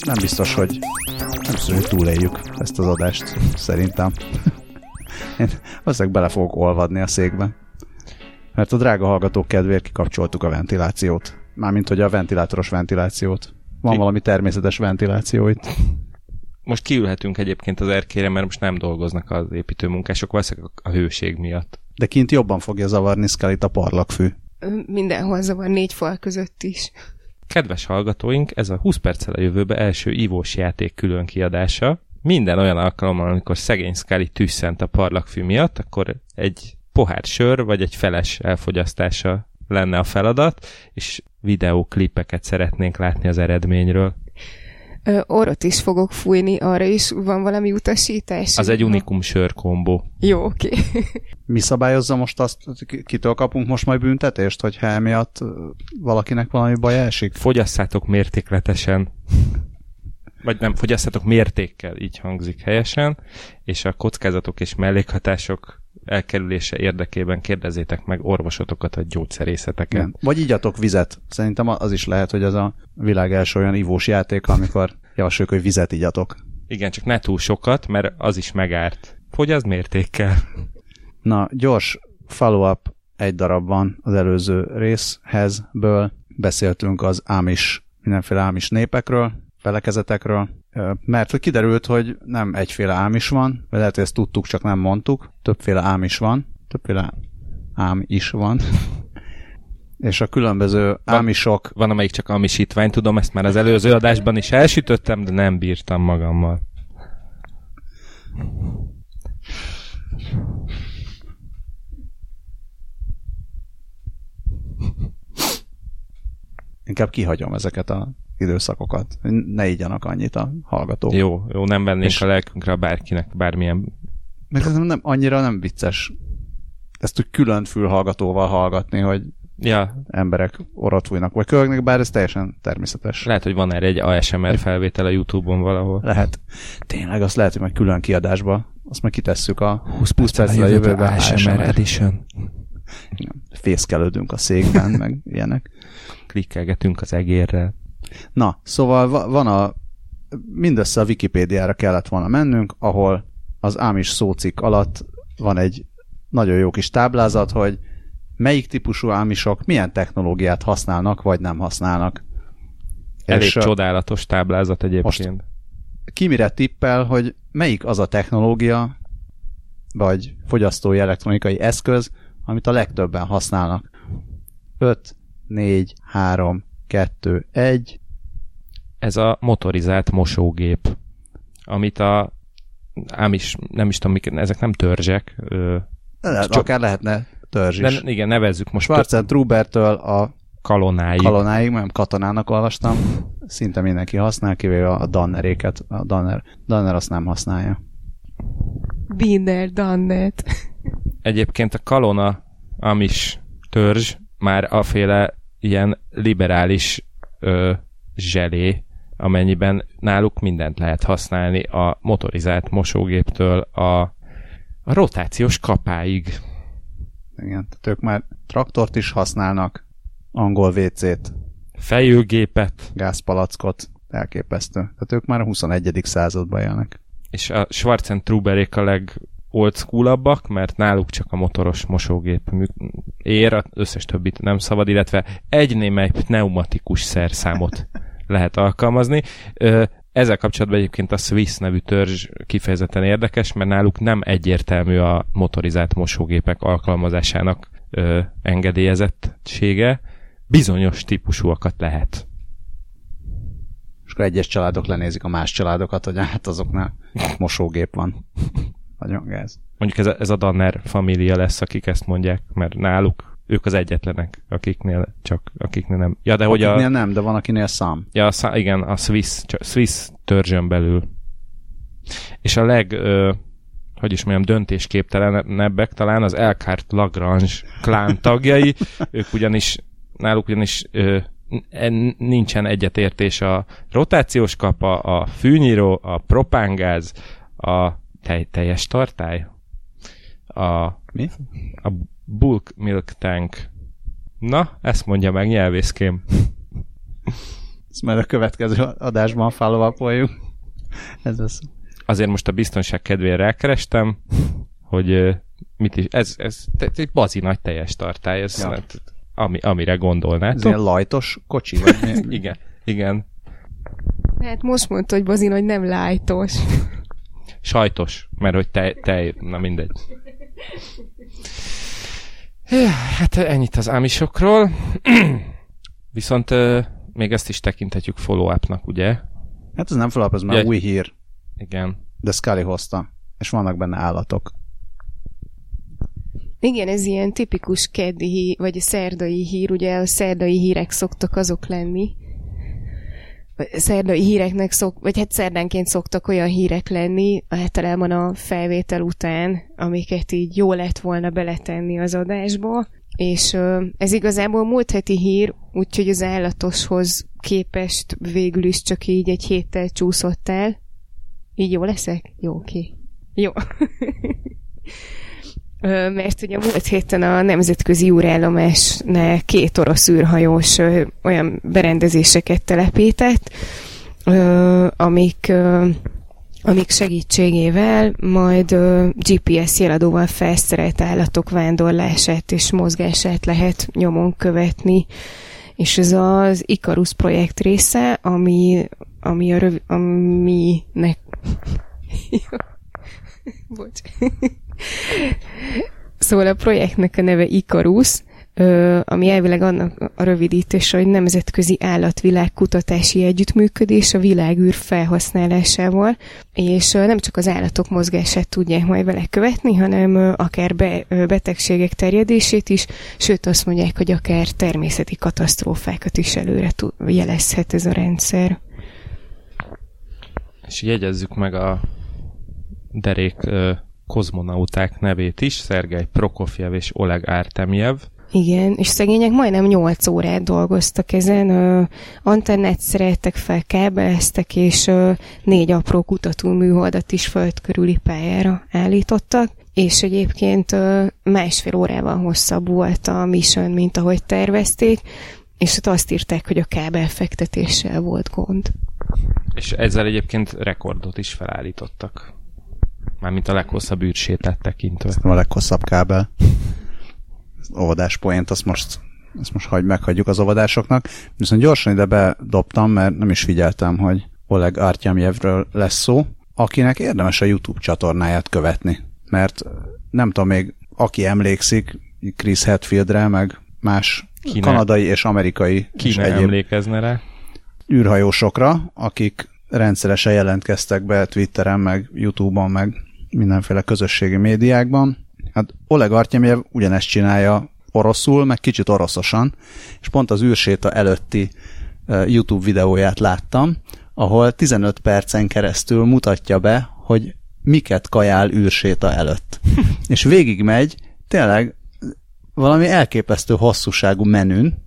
nem biztos, hogy túléljük ezt az adást, szerintem. Én valószínűleg bele fogok olvadni a székbe. Mert a drága hallgatók kedvéért kikapcsoltuk a ventilációt. Mármint, hogy a ventilátoros ventilációt. Van valami természetes ventiláció itt. Most kiülhetünk egyébként az erkére, mert most nem dolgoznak az építőmunkások, valószínűleg a hőség miatt. De kint jobban fogja zavarni Scullyt a parlagfű. Mindenhol zavar 4 fal között is. Kedves hallgatóink, ez a 20 perccel a jövőbe első ivós játék külön kiadása. Minden olyan alkalommal, amikor szegény Scully tüsszent a parlagfű miatt, akkor egy pohár sör vagy egy feles elfogyasztása lenne a feladat, és videóklipeket szeretnénk látni az eredményről. Orrot is fogok fújni, arra is van valami utasítás? Az egy unikum sör kombó. Jó, oké. Mi szabályozza most azt, kitől kapunk most majd büntetést, hogyha emiatt valakinek valami baj esik? Fogyasszátok mértékletesen. Vagy nem, fogyasszátok mértékkel, így hangzik helyesen, és a kockázatok és mellékhatások elkerülése érdekében kérdezzétek meg orvosotokat, vagy gyógyszerészeteket. Nem. Vagy igyatok vizet. Szerintem az is lehet, hogy az a világ első olyan ivós játék, amikor javasoljuk, hogy vizet igyatok. Igen, csak ne túl sokat, mert az is megárt. Fogyasd mértékkel. Na, gyors follow-up egy darab van az előző részhezből. Beszéltünk az mindenféle ámis népekről, felekezetekről, mert hogy kiderült, hogy nem egyféle ámis van, vagy lehet, hogy ezt tudtuk, csak nem mondtuk. Többféle ámis van, többféle ám is van. És a különböző ámisok... Van, amelyik csak amisítvány, tudom, ezt már az előző adásban is elsütöttem, de nem bírtam magammal. Inkább kihagyom ezeket a időszakokat. Ne igyanak annyit a hallgatók. Jó, nem vennénk a lelkünkre bárkinek bármilyen... Meg ez annyira nem vicces ezt úgy külön fülhallgatóval hallgatni, hogy emberek orrot fújnak, vagy kölgnek, bár ez teljesen természetes. Lehet, hogy van erre egy ASMR felvétel a YouTube-on valahol. Lehet. Tényleg, azt lehet, hogy majd külön kiadásba, azt majd kitesszük a 20 percre a jövőben ASMR Edition. Fészkelődünk a székben, meg ilyenek. Klikkelgetünk az egérrel. Na, szóval van mindössze a Wikipédiára kellett volna mennünk, ahol az ámis szócikk alatt van egy nagyon jó kis táblázat, hogy melyik típusú ámisok milyen technológiát használnak, vagy nem használnak. Elég csodálatos táblázat egyébként. Most ki mire tippel, hogy melyik az a technológia, vagy fogyasztói elektronikai eszköz, amit a legtöbben használnak. 5, 4, 3, 2, 1. Ez a motorizált mosógép, amit ám is, nem is tudom, ezek nem törzsek. Akár lehetne törzs is. Igen, nevezzük most. Schwarzeneggertől a kalonáig, nem katonának olvastam. Szinte mindenki használ, kivéve a Danneréket. A Danner azt nem használja. Binder, Dannet. Egyébként a kalona amis törzs már aféle ilyen liberális zselé, amennyiben náluk mindent lehet használni, a motorizált mosógéptől a rotációs kapáig. Igen, tehát ők már traktort is használnak, angol WC-t, fejőgépet, gázpalackot, elképesztő. Tehát ők már a 21. században élnek. És a Schwarzeneggerék a old schoolabbak, mert náluk csak a motoros mosógép ér, az összes többit nem szabad, illetve egy némely pneumatikus szerszámot lehet alkalmazni. Ezzel kapcsolatban egyébként a Swiss nevű törzs kifejezetten érdekes, mert náluk nem egyértelmű a motorizált mosógépek alkalmazásának engedélyezettsége. Bizonyos típusúakat lehet. És akkor egyes családok lenézik a más családokat, hogy hát azoknál mosógép van. Nagyon gáz. Mondjuk ez a Danner família lesz, akik ezt mondják, mert náluk ők az egyetlenek, akiknél nem. Ja, de akiknél nem, de van akinél szám. Ja, igen, a Swiss törzsön belül. És a döntésképtelenebbek talán az Elkhart Lagrange klán tagjai, náluk ugyanis nincsen egyetértés a rotációs kapa, a fűnyíró, a propángáz, a teljes tartály, mi? A bulk milk tank. Na, ezt mondja meg nyelvészkém. Ezt majd a következő adásban follow-upoljuk. Ez az. Azért most a biztonság kedvére rákerestem, hogy mit is, ez egy bazi nagy teljes tartály, ez Ja. amire gondolnátok. Ez ilyen lajtos kocsi? Vagy mi? Igen. Hát most mondta, hogy bazin, hogy nem lájtos. Sajtos, mert hogy tej, na mindegy. Hát ennyit az ámisokról. Viszont még ezt is tekinthetjük follow-upnak, ugye? Hát ez nem follow-up, ez már új hír. Igen. De Scully hozta, és vannak benne állatok. Igen, ez ilyen tipikus keddi hír, vagy a szerdai hír, ugye a szerdai hírek szoktak azok lenni. Szerdai híreknek vagy hát szerdánként szoktak olyan hírek lenni, általában a felvétel után, amiket így jó lett volna beletenni az adásba, és ez igazából múlt heti hír, úgyhogy az állatoshoz képest végül is csak így egy héttel csúszott el. Így jó leszek? Jó, oké. Jó. Mert ugye múlt héten a nemzetközi űrállomásnál 2 orosz űrhajós olyan berendezéseket telepített, amik segítségével majd GPS jeladóval felszerelt állatok vándorlását és mozgását lehet nyomon követni. És ez az Icarus projekt része, aminek... Bocs. Szóval a projektnek a neve Icarus, ami elvileg annak a rövidítése, hogy Nemzetközi Állatvilág Kutatási Együttműködés a világűr felhasználásával, és nem csak az állatok mozgását tudják majd vele követni, hanem akár betegségek terjedését is, sőt azt mondják, hogy akár természeti katasztrófákat is előre jelezhet ez a rendszer. És jegyezzük meg a derék kozmonauták nevét is, Szergej Prokofjev és Oleg Artemjev. Igen, és szegények majdnem 8 órát dolgoztak ezen, antennát szereltek fel, kábeleztek, és 4 apró kutatóműholdat is föld körüli pályára állítottak, és egyébként 1,5 órával hosszabb volt a mission, mint ahogy tervezték, és ott azt írták, hogy a kábelfektetéssel volt gond. És ezzel egyébként rekordot is felállítottak. Mármint a leghosszabb űrsétát tekintve. A leghosszabb kábel. Az óvodás poént, azt most meghagyjuk az óvodásoknak. Viszont gyorsan ide bedobtam, mert nem is figyeltem, hogy Oleg Artemjevről lesz szó, akinek érdemes a YouTube csatornáját követni. Mert nem tudom még, aki emlékszik Chris Hadfieldre, meg más kanadai és amerikai és egyéb emlékezne rá űrhajósokra, akik rendszeresen jelentkeztek be Twitteren, meg YouTube-on, meg mindenféle közösségi médiákban. Hát Oleg Artemjev ugyanezt csinálja oroszul, meg kicsit oroszosan, és pont az űrséta előtti YouTube videóját láttam, ahol 15 percen keresztül mutatja be, hogy miket kajál űrséta előtt. És végigmegy tényleg valami elképesztő hosszúságú menün,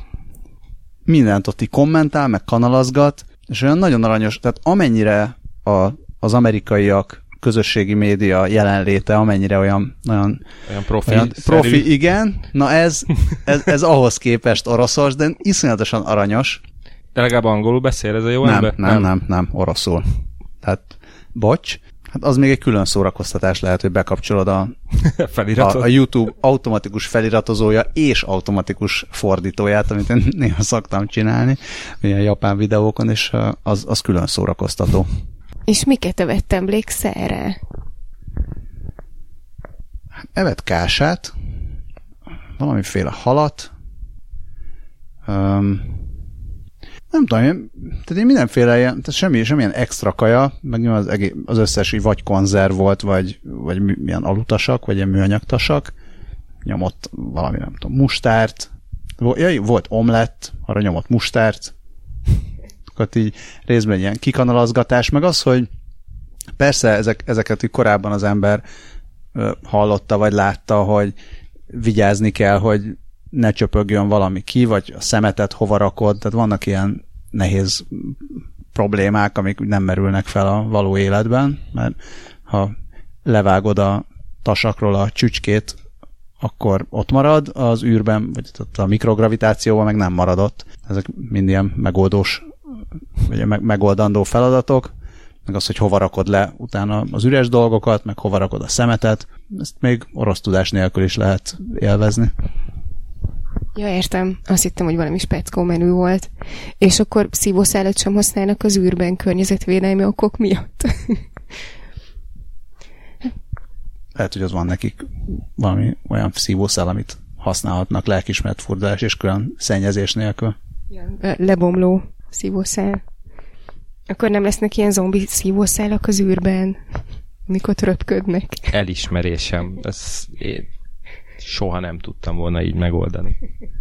mindent ott így kommentál, meg kanalazgat, és olyan nagyon aranyos, tehát amennyire az amerikaiak közösségi média jelenléte, amennyire olyan profi, igen, na ez ahhoz képest oroszos, de iszonyatosan aranyos. De legalább angolul beszél ez a jó ember? Nem, oroszul. Tehát, bocs, hát az még egy külön szórakoztatás lehet, hogy bekapcsolod a YouTube automatikus feliratozója és automatikus fordítóját, amit én néha szoktam csinálni, ilyen japán videókon, és az külön szórakoztató. És miket evett, emlékszel rá? Evett kását, valamiféle halat, nem tudom, tehát én mindenféle ilyen, tehát semmilyen extra kaja, meg az összes vagy konzerv volt, vagy milyen alutasak, vagy ilyen műanyagtasak, nyomott valami, nem tudom, mustárt, volt omlett, arra nyomott mustárt, akkor így részben ilyen kikanalazgatás, meg az, hogy persze ezeket korábban az ember hallotta, vagy látta, hogy vigyázni kell, hogy ne csöpögjön valami ki, vagy a szemetet hova rakod, tehát vannak ilyen nehéz problémák, amik nem merülnek fel a való életben, mert ha levágod a tasakról a csücskét, akkor ott marad az űrben, vagy ott a mikrogravitációban meg nem marad ott. Ezek mind ilyen megoldós vagy megoldandó feladatok, meg az, hogy hova rakod le utána az üres dolgokat, meg hova rakod a szemetet. Ezt még orosz tudás nélkül is lehet élvezni. Ja, értem. Azt hittem, hogy valami speckó menü volt. És akkor szívószálat sem használnak az űrben környezetvédelmi okok miatt. Lehet, hogy az van nekik valami olyan szívószál, amit használhatnak lelkiismeretfurdalás és külön szennyezés nélkül. Ja, lebomló szívószál. Akkor nem lesznek ilyen zombi szívószálak az űrben, amikor röpködnek. Elismerésem. Ezt én soha nem tudtam volna így megoldani.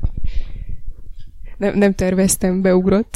Nem terveztem, beugrott.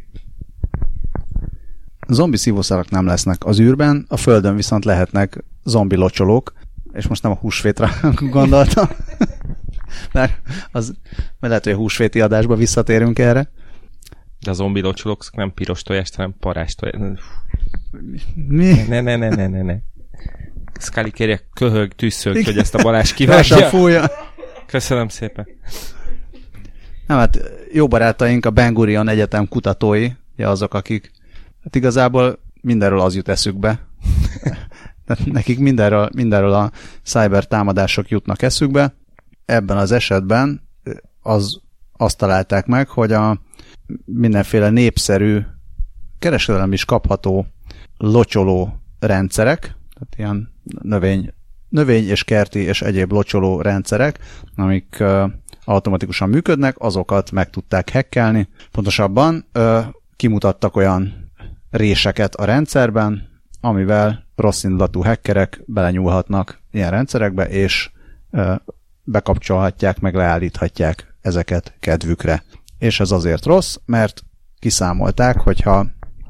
Zombi szívószálak nem lesznek az űrben, a Földön viszont lehetnek zombi locsolók, és most nem a húsvétra gondoltam, mert lehet, hogy a húsvéti adásba visszatérünk erre. De a zombi locsolók nem piros tojást, hanem parás tojást. Mi? Ne. Scully, kérje, köhög, tűzszög, hogy ezt a Balázs kívánja. Fújja. Köszönöm szépen. Nem, hát jó barátaink, a Ben Gurion Egyetem kutatói, ja, azok, akik hát igazából mindenről az jut eszükbe. Nekik mindenről a cyber támadások jutnak eszükbe. Ebben az esetben azt találták meg, hogy a mindenféle népszerű, kereskedelem is kapható locsoló rendszerek, tehát ilyen növény és kerti és egyéb locsoló rendszerek, amik automatikusan működnek, azokat meg tudták hackelni. Pontosabban kimutattak olyan réseket a rendszerben, amivel rosszindulatú hackerek belenyúlhatnak ilyen rendszerekbe, és bekapcsolhatják, meg leállíthatják ezeket kedvükre. És ez azért rossz, mert kiszámolták, hogyha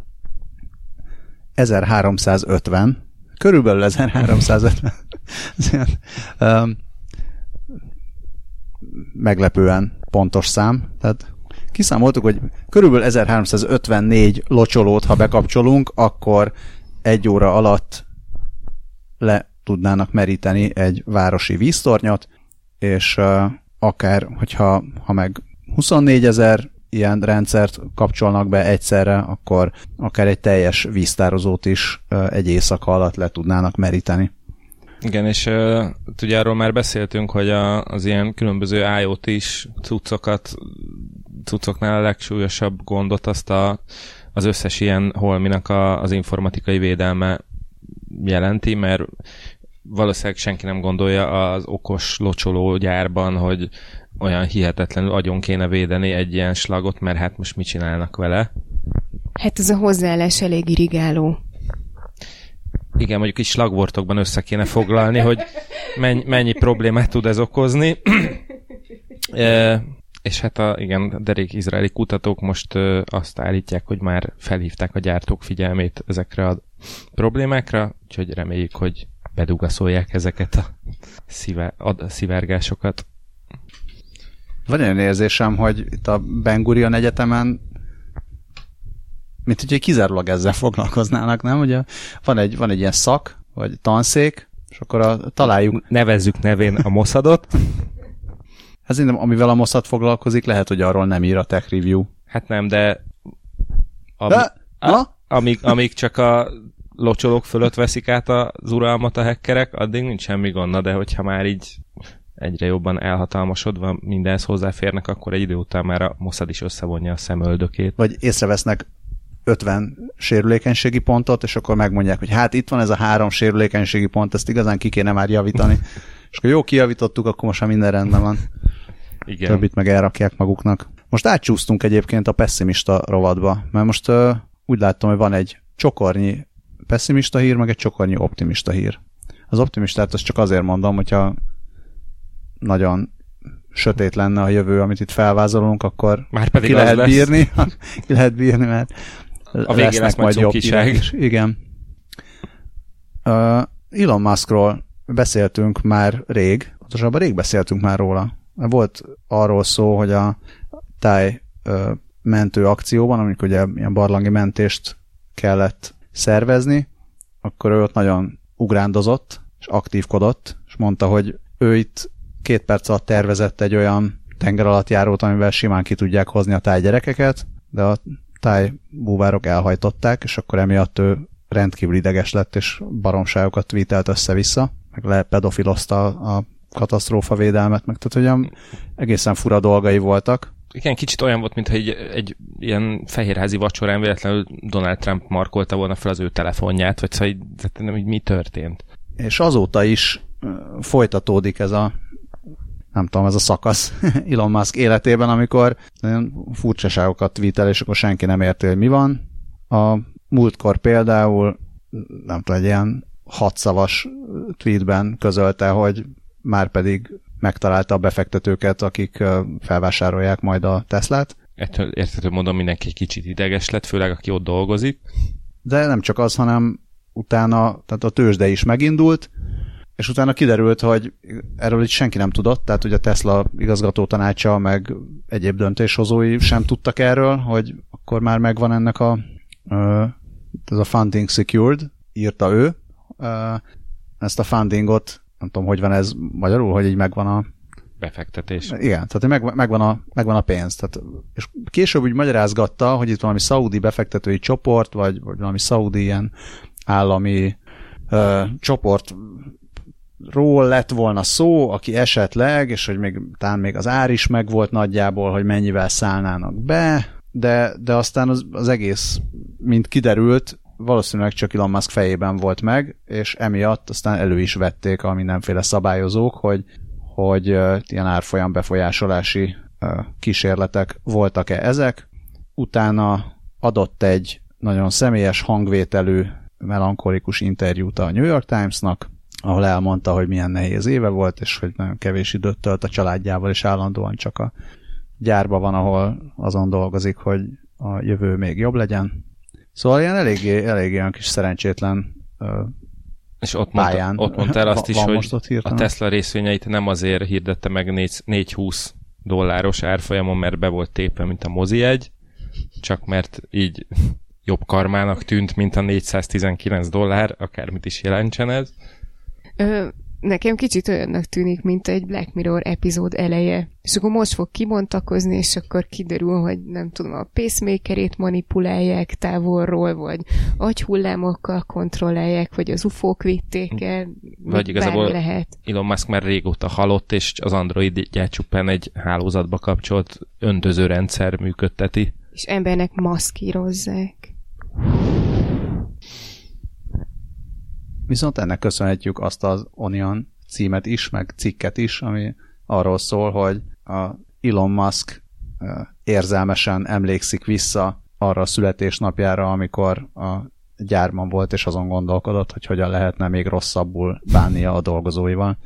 1350, körülbelül 1350, meglepően pontos szám, tehát kiszámoltuk, hogy körülbelül 1354 locsolót, ha bekapcsolunk, akkor 1 óra alatt le tudnának meríteni egy városi víztornyot, és akár, hogyha meg 24 000 ilyen rendszert kapcsolnak be egyszerre, akkor akár egy teljes víztározót is egy éjszaka alatt le tudnának meríteni. Igen, és ugye arról már beszéltünk, hogy az ilyen különböző IoT-s cuccoknál a legsúlyosabb gondot azt az összes ilyen holminak az informatikai védelme jelenti, mert valószínűleg senki nem gondolja az okos locsoló gyárban, hogy olyan hihetetlenül agyon kéne védeni egy ilyen slagot, mert hát most mit csinálnak vele? Hát ez a hozzáállás elég irigáló. Igen, mondjuk is slagwortokban össze kéne foglalni, hogy mennyi problémát tud ez okozni. És hát a derék izraeli kutatók most azt állítják, hogy már felhívták a gyártók figyelmét ezekre a problémákra, úgyhogy reméljük, hogy bedugaszolják ezeket a szivárgásokat. Van olyan érzésem, hogy itt a Ben Gurion Egyetemen mint hogy kizárólag ezzel foglalkoznának, nem? Ugye van egy ilyen szak, vagy tanszék, és akkor találjuk... Nevezzük nevén a Mossadot. Ez amivel a Mossad foglalkozik, lehet, hogy arról nem ír a Tech Review. Hát nem, de... Amíg csak a locsolók fölött veszik át az uralmat a hackerek, addig nincs semmi gond, de hogyha már így egyre jobban elhatalmasodva mindenhez hozzáférnek, akkor egy idő után már a Mossad is összevonja a szemöldökét. Vagy észrevesznek 50 sérülékenységi pontot, és akkor megmondják, hogy hát itt van ez a 3 sérülékenységi pont, ezt igazán ki kéne már javítani. És akkor jó, kijavítottuk, akkor most már minden rendben van. Igen. Többit meg elrakják maguknak. Most átcsúsztunk egyébként a pessimista rovatba, mert most úgy láttam, hogy van egy csokornyi pessimista hír, meg egy csokornyi optimista hír. Az optimistát azt csak azért mondom, hogyha nagyon sötét lenne a jövő, amit itt felvázolunk, akkor ki lehet bírni. Ki lehet bírni, mert a végén lesz majd jobb kiság. Igen. Elon Muskról beszéltünk már rég, pontosabban rég beszéltünk már róla. Volt arról szó, hogy a táj mentő akcióban, amikor ugye ilyen barlangi mentést kellett szervezni, akkor ő ott nagyon ugrándozott, és aktívkodott, és mondta, hogy ő itt 2 perc alatt tervezett egy olyan tengeralattjárót, amivel simán ki tudják hozni a tájgyerekeket, de a tájbúvárok elhajtották, és akkor emiatt ő rendkívül ideges lett, és baromságokat tweetelt össze-vissza, meg lepedofilozta a katasztrófavédelmet, meg tehát olyan egészen fura dolgai voltak. Igen, kicsit olyan volt, mintha egy ilyen fehérházi vacsorán véletlenül Donald Trump markolta volna fel az ő telefonját, vagy szóval nem, így mi történt. És azóta is folytatódik ez a szakasz Elon Musk életében, amikor nagyon furcsaságokat tweetel, és akkor senki nem érti, hogy mi van. A múltkor például, nem tudom, egy ilyen 6 szavas tweetben közölte, hogy már pedig megtalálta a befektetőket, akik felvásárolják majd a Teslát. Ettől érthető módon mindenki egy kicsit ideges lett, főleg aki ott dolgozik. De nem csak az, hanem utána, tehát a tőzsde is megindult, és utána kiderült, hogy erről itt senki nem tudott, tehát ugye a Tesla igazgatótanácsa, meg egyéb döntéshozói sem tudtak erről, hogy akkor már megvan ennek ez a funding secured, írta ő. Ezt a fundingot, nem tudom, hogy van ez magyarul, hogy így megvan a befektetés. Igen, tehát megvan a pénz. Tehát, és később úgy magyarázgatta, hogy itt valami szaudi befektetői csoport, vagy valami szaudi ilyen állami csoportról lett volna szó, aki esetleg, és hogy talán még az ár is megvolt nagyjából, hogy mennyivel szállnának be, de aztán az egész, mint kiderült, valószínűleg csak Elon Musk fejében volt meg, és emiatt aztán elő is vették a mindenféle szabályozók, hogy ilyen árfolyam befolyásolási kísérletek voltak-e ezek. Utána adott egy nagyon személyes hangvételű, melankolikus interjút a New York Timesnak, ahol elmondta, hogy milyen nehéz éve volt, és hogy nagyon kevés időt tölt a családjával, és állandóan csak a gyárban van, ahol azon dolgozik, hogy a jövő még jobb legyen. Szóval ilyen eléggé olyan kis szerencsétlen és ott pályán. Ott mondta el azt is, hogy a Tesla részvényeit nem azért hirdette meg $420 árfolyamon, mert be volt tépve, mint a mozijegy, csak mert így jobb karmának tűnt, mint a $419, akármit is jelentsen ez. Nekem kicsit olyannak tűnik, mint egy Black Mirror epizód eleje. És akkor most fog kibontakozni, és akkor kiderül, hogy nem tudom, a pacemakerét manipulálják távolról, vagy agyhullámokkal kontrollálják, vagy az UFO-k vitték el, vagy igazából lehet. Elon Musk már régóta halott, és az Androidját csupán egy hálózatba kapcsolt öntözőrendszer működteti. És embernek maszkírozzák. Viszont ennek köszönhetjük azt az Onion címet is, meg cikket is, ami arról szól, hogy a Elon Musk érzelmesen emlékszik vissza arra a születésnapjára, amikor a gyárban volt, és azon gondolkodott, hogy hogyan lehetne még rosszabbul bánnia a dolgozóival.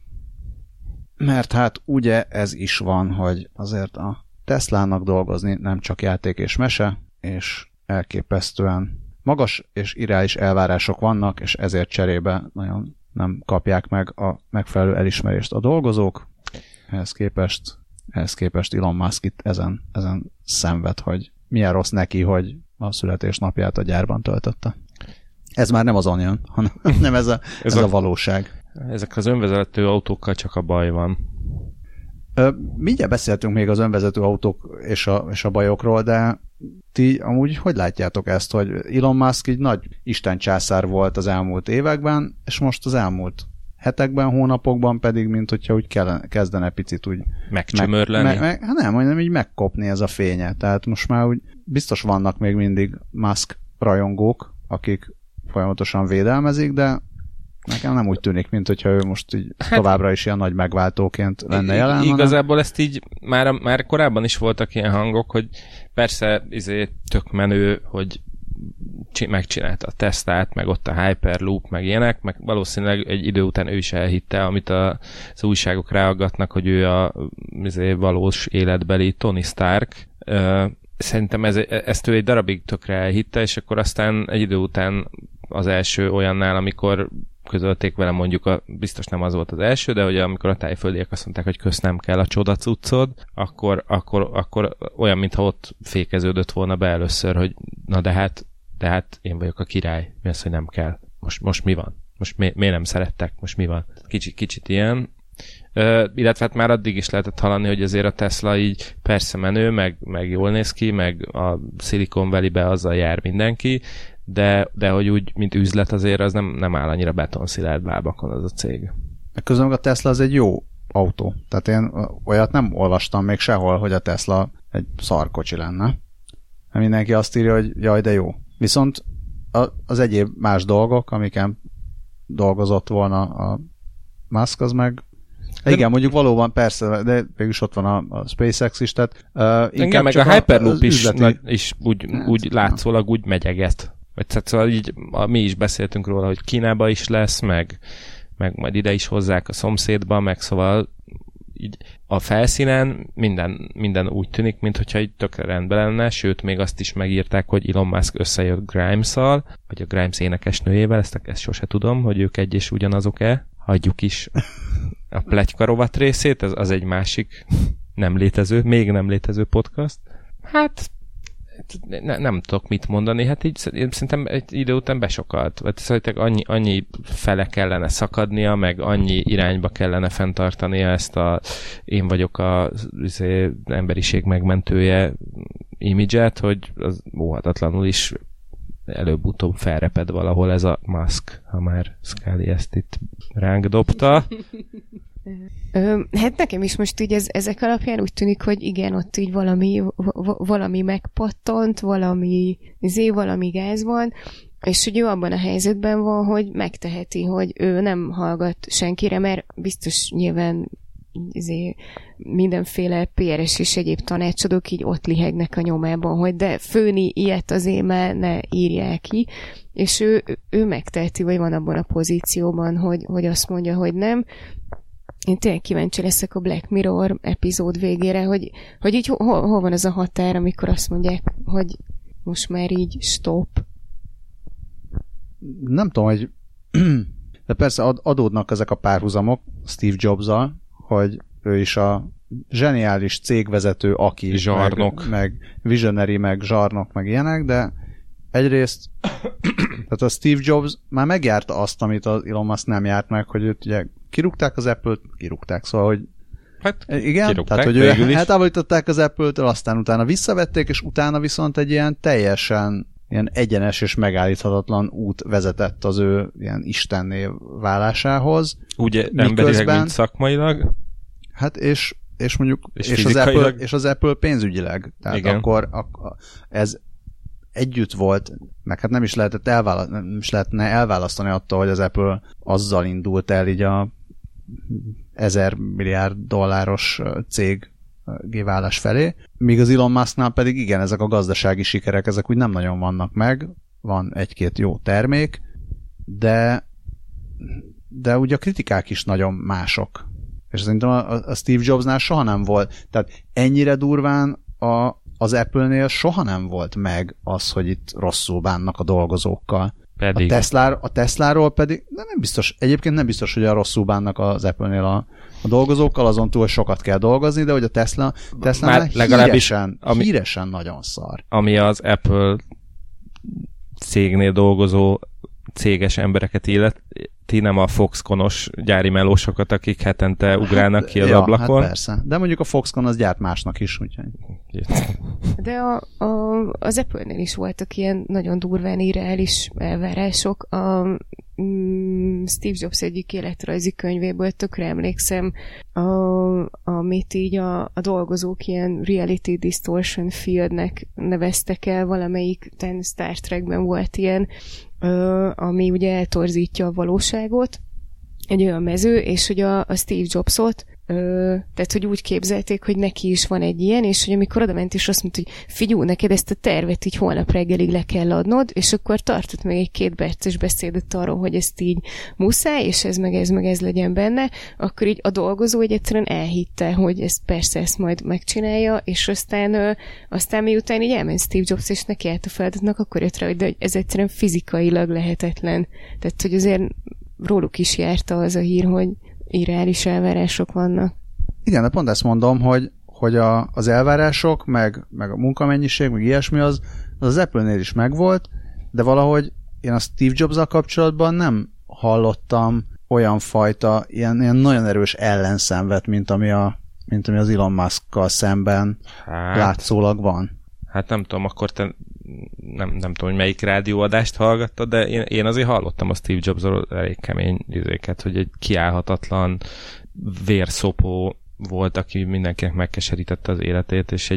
Mert hát ugye ez is van, hogy azért a Teslának dolgozni nem csak játék és mese, és elképesztően magas és irreális elvárások vannak, és ezért cserébe nagyon nem kapják meg a megfelelő elismerést a dolgozók. Ehhez képest Elon Musk itt ezen szenved, hogy milyen rossz neki, hogy a születésnapját a gyárban töltötte. Ez már nem az Onion, hanem ez a valóság. Ezek az önvezető autókkal csak a baj van. Mindjárt beszéltünk még az önvezető autók és a bajokról, de ti amúgy hogy látjátok ezt, hogy Elon Musk így nagy istencsászár volt az elmúlt években, és most az elmúlt hetekben, hónapokban pedig, mint hogyha úgy kezdene picit úgy megcsömörleni? Nem, majdnem így megkopni ez a fénye. Tehát most már úgy biztos vannak még mindig Musk rajongók, akik folyamatosan védelmezik, de nekem nem úgy tűnik, mint hogyha ő most így továbbra is ilyen nagy megváltóként lenne jelen. Igazából ezt így már korábban is voltak ilyen hangok, hogy persze tök menő, hogy megcsinálta a Teslát, meg ott a Hyperloop, meg ilyenek, meg valószínűleg egy idő után ő is elhitte, amit az újságok ráaggatnak, hogy ő a valós életbeli Tony Stark. Szerintem ezt ő egy darabig tökre elhitte, és akkor aztán egy idő után az első olyannál, amikor közölték vele, mondjuk biztos nem az volt az első, de hogy amikor a tájföldiek azt mondták, hogy kösz nem kell a csodacuccod, akkor olyan, mintha ott fékeződött volna be először, hogy na de hát én vagyok a király, mi az, hogy nem kell. Most mi van? Most miért nem szerettek? Most mi van? Kicsit ilyen. Illetve hát már addig is lehetett hallani, hogy azért a Tesla így persze menő, meg jól néz ki, meg a Silicon Valley-be azzal jár mindenki, de hogy úgy, mint üzlet azért az nem áll annyira betonszilárd lábakon az a cég. Közben a Tesla az egy jó autó. Tehát én olyat nem olvastam még sehol, hogy a Tesla egy szarkocsi lenne. Mindenki azt írja, hogy jaj, de jó. Viszont az egyéb más dolgok, amiken dolgozott volna a Musk, az meg igen, mondjuk valóban persze, de végülis ott van a SpaceX is, tehát igen, meg a Hyperloop is úgy látszólag úgy megyeget. Vagy szóval így mi is beszéltünk róla, hogy Kínába is lesz, meg majd ide is hozzák a szomszédba, meg szóval így a felszínen minden úgy tűnik, mintha így tökre rendben lenne, sőt, még azt is megírták, hogy Elon Musk összejött Grimes-szal, vagy a Grimes énekesnőjével, ezt sose tudom, hogy ők egy és ugyanazok-e. Hagyjuk is a pletyka rovat részét, az egy másik még nem létező podcast. Hát nem tudok mit mondani, hát így szerintem egy idő után besokalt. Vagy szóval annyi fele kellene szakadnia, meg annyi irányba kellene fenntartania ezt én vagyok az emberiség megmentője imidzset, hogy az óhatatlanul is előbb-utóbb felreped valahol ez a Musk, ha már Scully ezt itt ránk dobta. Hát nekem is most így ezek alapján úgy tűnik, hogy igen, ott így valami megpattant, valami gáz van, és hogy ő abban a helyzetben van, hogy megteheti, hogy ő nem hallgat senkire, mert biztos nyilván mindenféle PRS és egyéb tanácsadók így ott lihegnek a nyomában, hogy de főni ilyet azért már ne írják ki, és ő megteheti, vagy van abban a pozícióban, hogy azt mondja, hogy nem. Én tényleg kíváncsi leszek a Black Mirror epizód végére, hogy így hol van az a határ, amikor azt mondják, hogy most már így stop. Nem tudom, hogy de persze adódnak ezek a párhuzamok Steve Jobs-zal, hogy ő is a zseniális cégvezető, aki zsarnok. Meg visionary, meg zsarnok, meg ilyenek, de egyrészt tehát a Steve Jobs már megjárta azt, amit az Elon Musk nem járt meg, hogy őt ugye kirúgták az Apple-t, szóval, hogy hát igen, tehát, hogy eltávolították az Apple-től, aztán utána visszavették, és utána viszont egy ilyen teljesen ilyen egyenes és megállíthatatlan út vezetett az ő ilyen istenné válásához. Ugye emberileg, mint szakmailag? Hát és mondjuk és az Apple pénzügyileg. Tehát igen. akkor ez együtt volt, meg hát nem is lehetne elválasztani attól, hogy az Apple azzal indult el így a 1000 milliárd dolláros cég válás felé, míg az Elon Musknál pedig igen, ezek a gazdasági sikerek, ezek úgy nem nagyon vannak meg, van egy-két jó termék, de ugye a kritikák is nagyon mások. És szerintem a Steve Jobsnál soha nem volt, tehát ennyire durván az Apple-nél soha nem volt meg az, hogy itt rosszul bánnak a dolgozókkal. Pedig. A Tesláról pedig, de nem biztos, egyébként nem biztos, hogy a rosszul bánnak az Apple-nél a dolgozókkal, azon túl sokat kell dolgozni, de hogy a Tesla híresen nagyon szar. Ami az Apple cégnél dolgozó céges embereket illeti, nem a Foxconn-os gyári melósokat, akik hetente ugrálnak ki az ablakon. Hát persze. De mondjuk a Foxconn az gyárt másnak is, úgyhogy. De az Apple-nél is voltak ilyen nagyon durván irreális elvárások. Steve Jobs egyik életrajzi könyvéből tökre emlékszem, amit így a dolgozók ilyen reality distortion fieldnek neveztek el, valamelyik Star Trekben volt ilyen, ami ugye eltorzítja a valóságot, egy olyan mező, és hogy a Steve Jobsot tehát, hogy úgy képzelték, hogy neki is van egy ilyen, és hogy amikor oda ment, és azt mondta, hogy figyelj, neked ezt a tervet így holnap reggelig le kell adnod, és akkor tartott meg egy 2 perces beszédet arról, hogy ezt így muszáj, és ez meg ez legyen benne, akkor így a dolgozó egy egyszerűen elhitte, hogy ezt majd megcsinálja, és aztán miután így elment Steve Jobs, és neki állt a feladatnak, akkor jött rá, hogy ez egyszerűen fizikailag lehetetlen. Tehát, hogy azért róluk is járta az a hír, hogy irreális elvárások vannak. Igen, de pont ezt mondom, hogy az elvárások, meg a munkamennyiség, meg ilyesmi az Apple-nél is megvolt, de valahogy én a Steve Jobs-zal kapcsolatban nem hallottam olyan fajta, ilyen nagyon erős ellenszenvet, mint ami az Elon Musk-kal szemben látszólag van. Hát nem tudom, akkor te nem tudom, hogy melyik rádióadást hallgattad, de én azért hallottam a Steve Jobsról elég kemény izéket, hogy egy kiállhatatlan vérszopó volt, aki mindenkinek megkeserítette az életét, és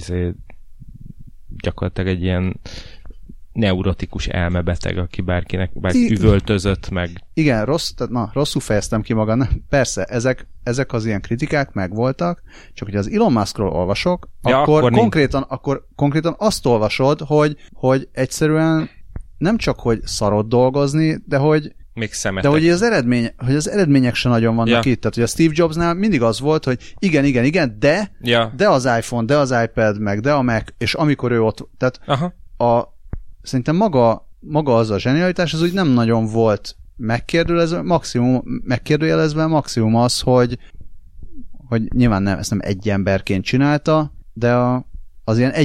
gyakorlatilag egy ilyen neurotikus elmebeteg, aki bárkinek üvöltözött meg. Igen, rosszul fejeztem ki magam. Persze, ezek az ilyen kritikák megvoltak, csak hogy az Elon Muskról olvasok, akkor konkrétan azt olvasod, hogy egyszerűen nem csak, hogy szarod dolgozni, de hogy az eredmények se nagyon vannak itt. Tehát, hogy a Steve Jobsnál mindig az volt, hogy igen, de az iPhone, de az iPad, meg de a Mac, és amikor ő ott... Tehát szerintem maga az a zsenialitás, az úgy nem nagyon volt megkérdőjelezve, maximum az, hogy nyilván ezt nem egy emberként csinálta, de az ilyen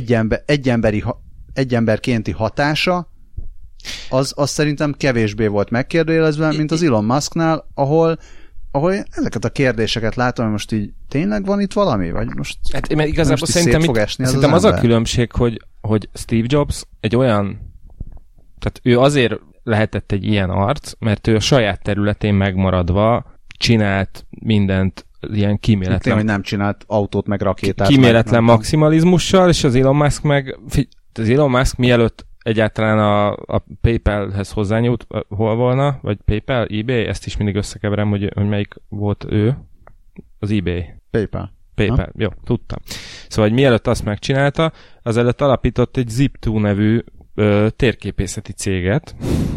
egyemberkénti hatása, az szerintem kevésbé volt megkérdőjelezve, mint az Elon Musknál, ahol ezeket a kérdéseket látom, hogy most így tényleg van itt valami? Vagy most igazából szerintem az a különbség, hogy Steve Jobs egy olyan, tehát ő azért lehetett egy ilyen arc, mert ő a saját területén megmaradva csinált mindent ilyen kíméletlen. Hogy nem csinált autót meg rakétát. Kíméletlen maximalizmussal, és az Elon Musk mielőtt egyáltalán a PayPal-hez hozzányúlt, hol volna? Vagy PayPal? eBay? Ezt is mindig összekeverem, hogy melyik volt ő. Az eBay. PayPal. Jó, tudtam. Szóval, hogy mielőtt azt megcsinálta, azelőtt alapított egy Zip2 nevű térképészeti céget,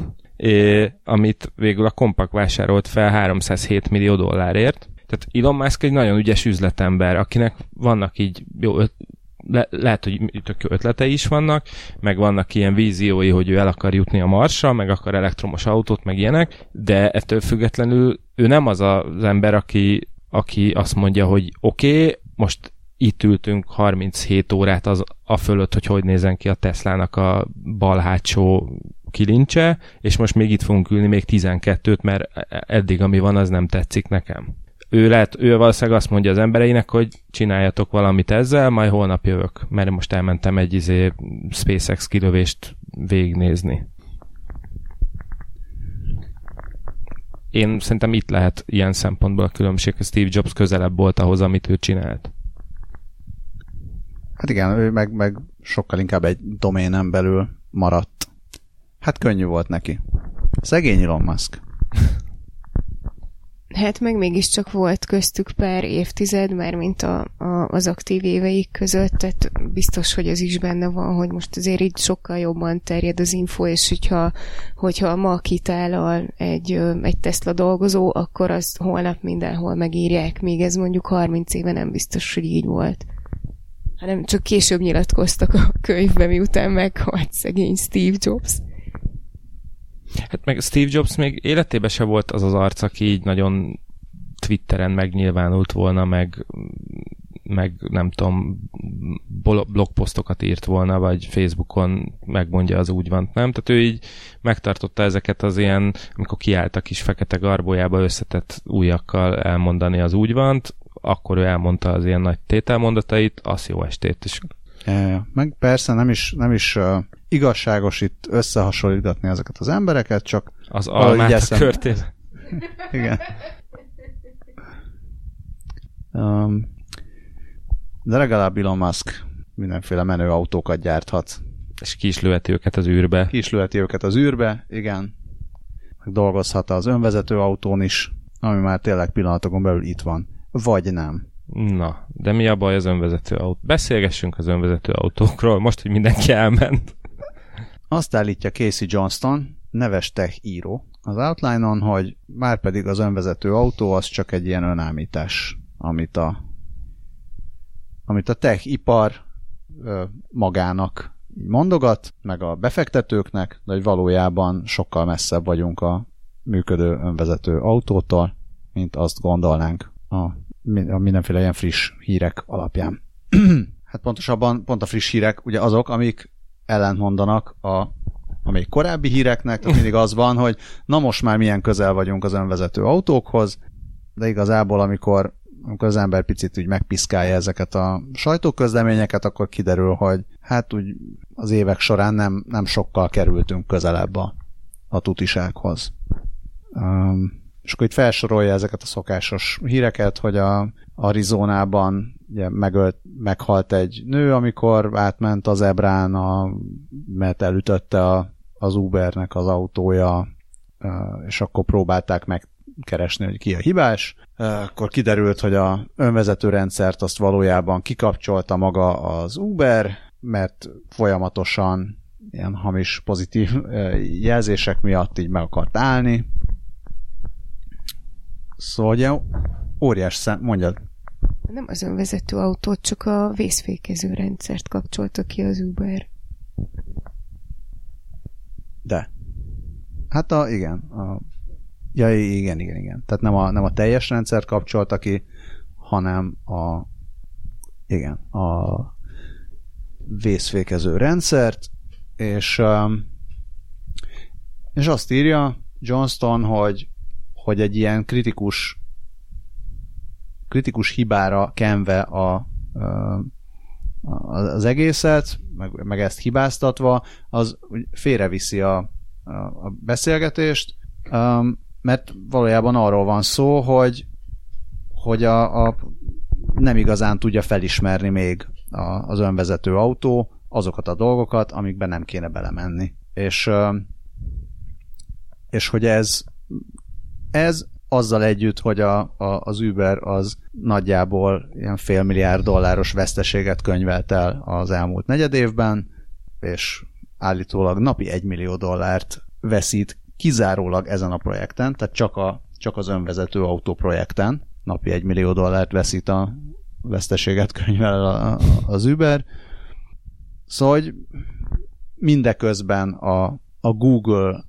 amit végül a Compaq vásárolt fel $307 millió. Tehát Elon Musk egy nagyon ügyes üzletember, akinek vannak így jó lehet, hogy tök jó ötletei is vannak, meg vannak ilyen víziói, hogy ő el akar jutni a Marsra, meg akar elektromos autót, meg ilyenek, de ettől függetlenül ő nem az az ember, aki azt mondja, hogy oké, most itt ültünk 37 órát a fölött, hogy nézen ki a Teslának a bal hátsó kilincse, és most még itt fogunk ülni még 12-t, mert eddig, ami van, az nem tetszik nekem. Ő valószínűleg azt mondja az embereinek, hogy csináljatok valamit ezzel, majd holnap jövök, mert most elmentem egy SpaceX kilövést végignézni. Én szerintem itt lehet ilyen szempontból a különbség, hogy Steve Jobs közelebb volt ahhoz, amit ő csinált. Hát igen, ő meg sokkal inkább egy doménen belül maradt. Hát könnyű volt neki. Szegény Elon Musk. Hát meg mégiscsak volt köztük pár évtized, már mint az aktív éveik között, tehát biztos, hogy az is benne van, hogy most azért így sokkal jobban terjed az info, és hogyha ma kitálal egy Tesla dolgozó, akkor azt holnap mindenhol megírják, míg ez mondjuk 30 éve nem biztos, hogy így volt. Hanem csak később nyilatkoztak a könyvben, miután meghalt szegény Steve Jobs. Hát meg Steve Jobs még életében se volt az az arc, aki így nagyon Twitteren megnyilvánult volna, meg nem tudom, blogposztokat írt volna, vagy Facebookon megmondja az úgy van, nem? Tehát ő így megtartotta ezeket az ilyen, amikor kiállt a kis fekete garbójába összetett ujjakkal elmondani az úgy vant, akkor ő elmondta az ilyen nagy tételmondatait, az jó estét is. Meg persze nem is igazságos itt összehasonlítgatni ezeket az embereket, csak az almát a körtél. Igen. De legalább Elon Musk mindenféle menő autókat gyárthat. És ki is lőheti őket az űrbe. Igen. Meg dolgozhat az önvezető autón is, ami már tényleg pillanatokon belül itt van. Vagy nem. Na, de mi a baj az önvezető autó? Beszélgessünk az önvezető autókról, most, hogy mindenki elment. Azt állítja Casey Johnston, neves tech író az Outline-on, hogy már pedig az önvezető autó az csak egy ilyen önállítás, amit a tech ipar magának mondogat, meg a befektetőknek, de hogy valójában sokkal messzebb vagyunk a működő önvezető autótól, mint azt gondolnánk a mindenféle ilyen friss hírek alapján. Hát pontosabban pont a friss hírek ugye azok, amik ellentmondanak a a még korábbi híreknek, tehát mindig az van, hogy na most már milyen közel vagyunk az önvezető autókhoz, de igazából amikor az ember picit úgy megpiszkálja ezeket a sajtóközleményeket, akkor kiderül, hogy hát úgy az évek során nem sokkal kerültünk közelebb a tutisághoz. És akkor itt felsorolja ezeket a szokásos híreket, hogy a Arizonában ugye meghalt egy nő, amikor átment az zebrán, mert elütötte az Ubernek az autója, és akkor próbálták megkeresni, hogy ki a hibás. Akkor kiderült, hogy a önvezető rendszert azt valójában kikapcsolta maga az Uber, mert folyamatosan ilyen hamis pozitív jelzések miatt így meg akart állni. Szóval ugye óriás mondjad. Nem az önvezető autót, csak a vészfékező rendszert kapcsolta ki az Uber. De. Hát igen. Igen. Tehát nem a teljes rendszert kapcsolta ki, hanem a vészfékező rendszert, és azt írja Johnston, hogy egy ilyen kritikus hibára kenve az egészet, meg ezt hibáztatva, az félreviszi a beszélgetést, mert valójában arról van szó, hogy nem igazán tudja felismerni még az önvezető autó azokat a dolgokat, amikben nem kéne belemenni. És hogy ez azzal együtt, hogy az Uber az nagyjából ilyen $500 milliárd veszteséget könyvelt el az elmúlt negyedévben, és állítólag napi $1 millió veszít kizárólag ezen a projekten, tehát csak az önvezető autó projekten napi $1 millió veszít a veszteséget könyvel az Uber. Szóval, hogy mindeközben a Google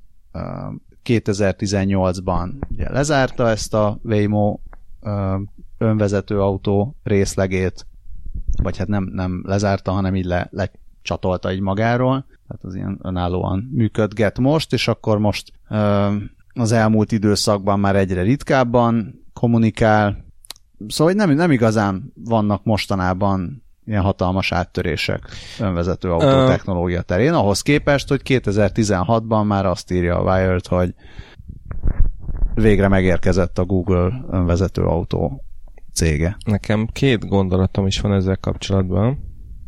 2018-ban ugye lezárta ezt a Waymo önvezető autó részlegét, vagy hát nem lezárta, hanem így lecsatolta így magáról, tehát az ilyen önállóan működget most, és akkor most az elmúlt időszakban már egyre ritkábban kommunikál, szóval nem igazán vannak mostanában ilyen hatalmas áttörések önvezető autó technológia terén, ahhoz képest, hogy 2016-ban már azt írja a Wired, hogy végre megérkezett a Google önvezető autó cége. Nekem 2 gondolatom is van ezzel kapcsolatban.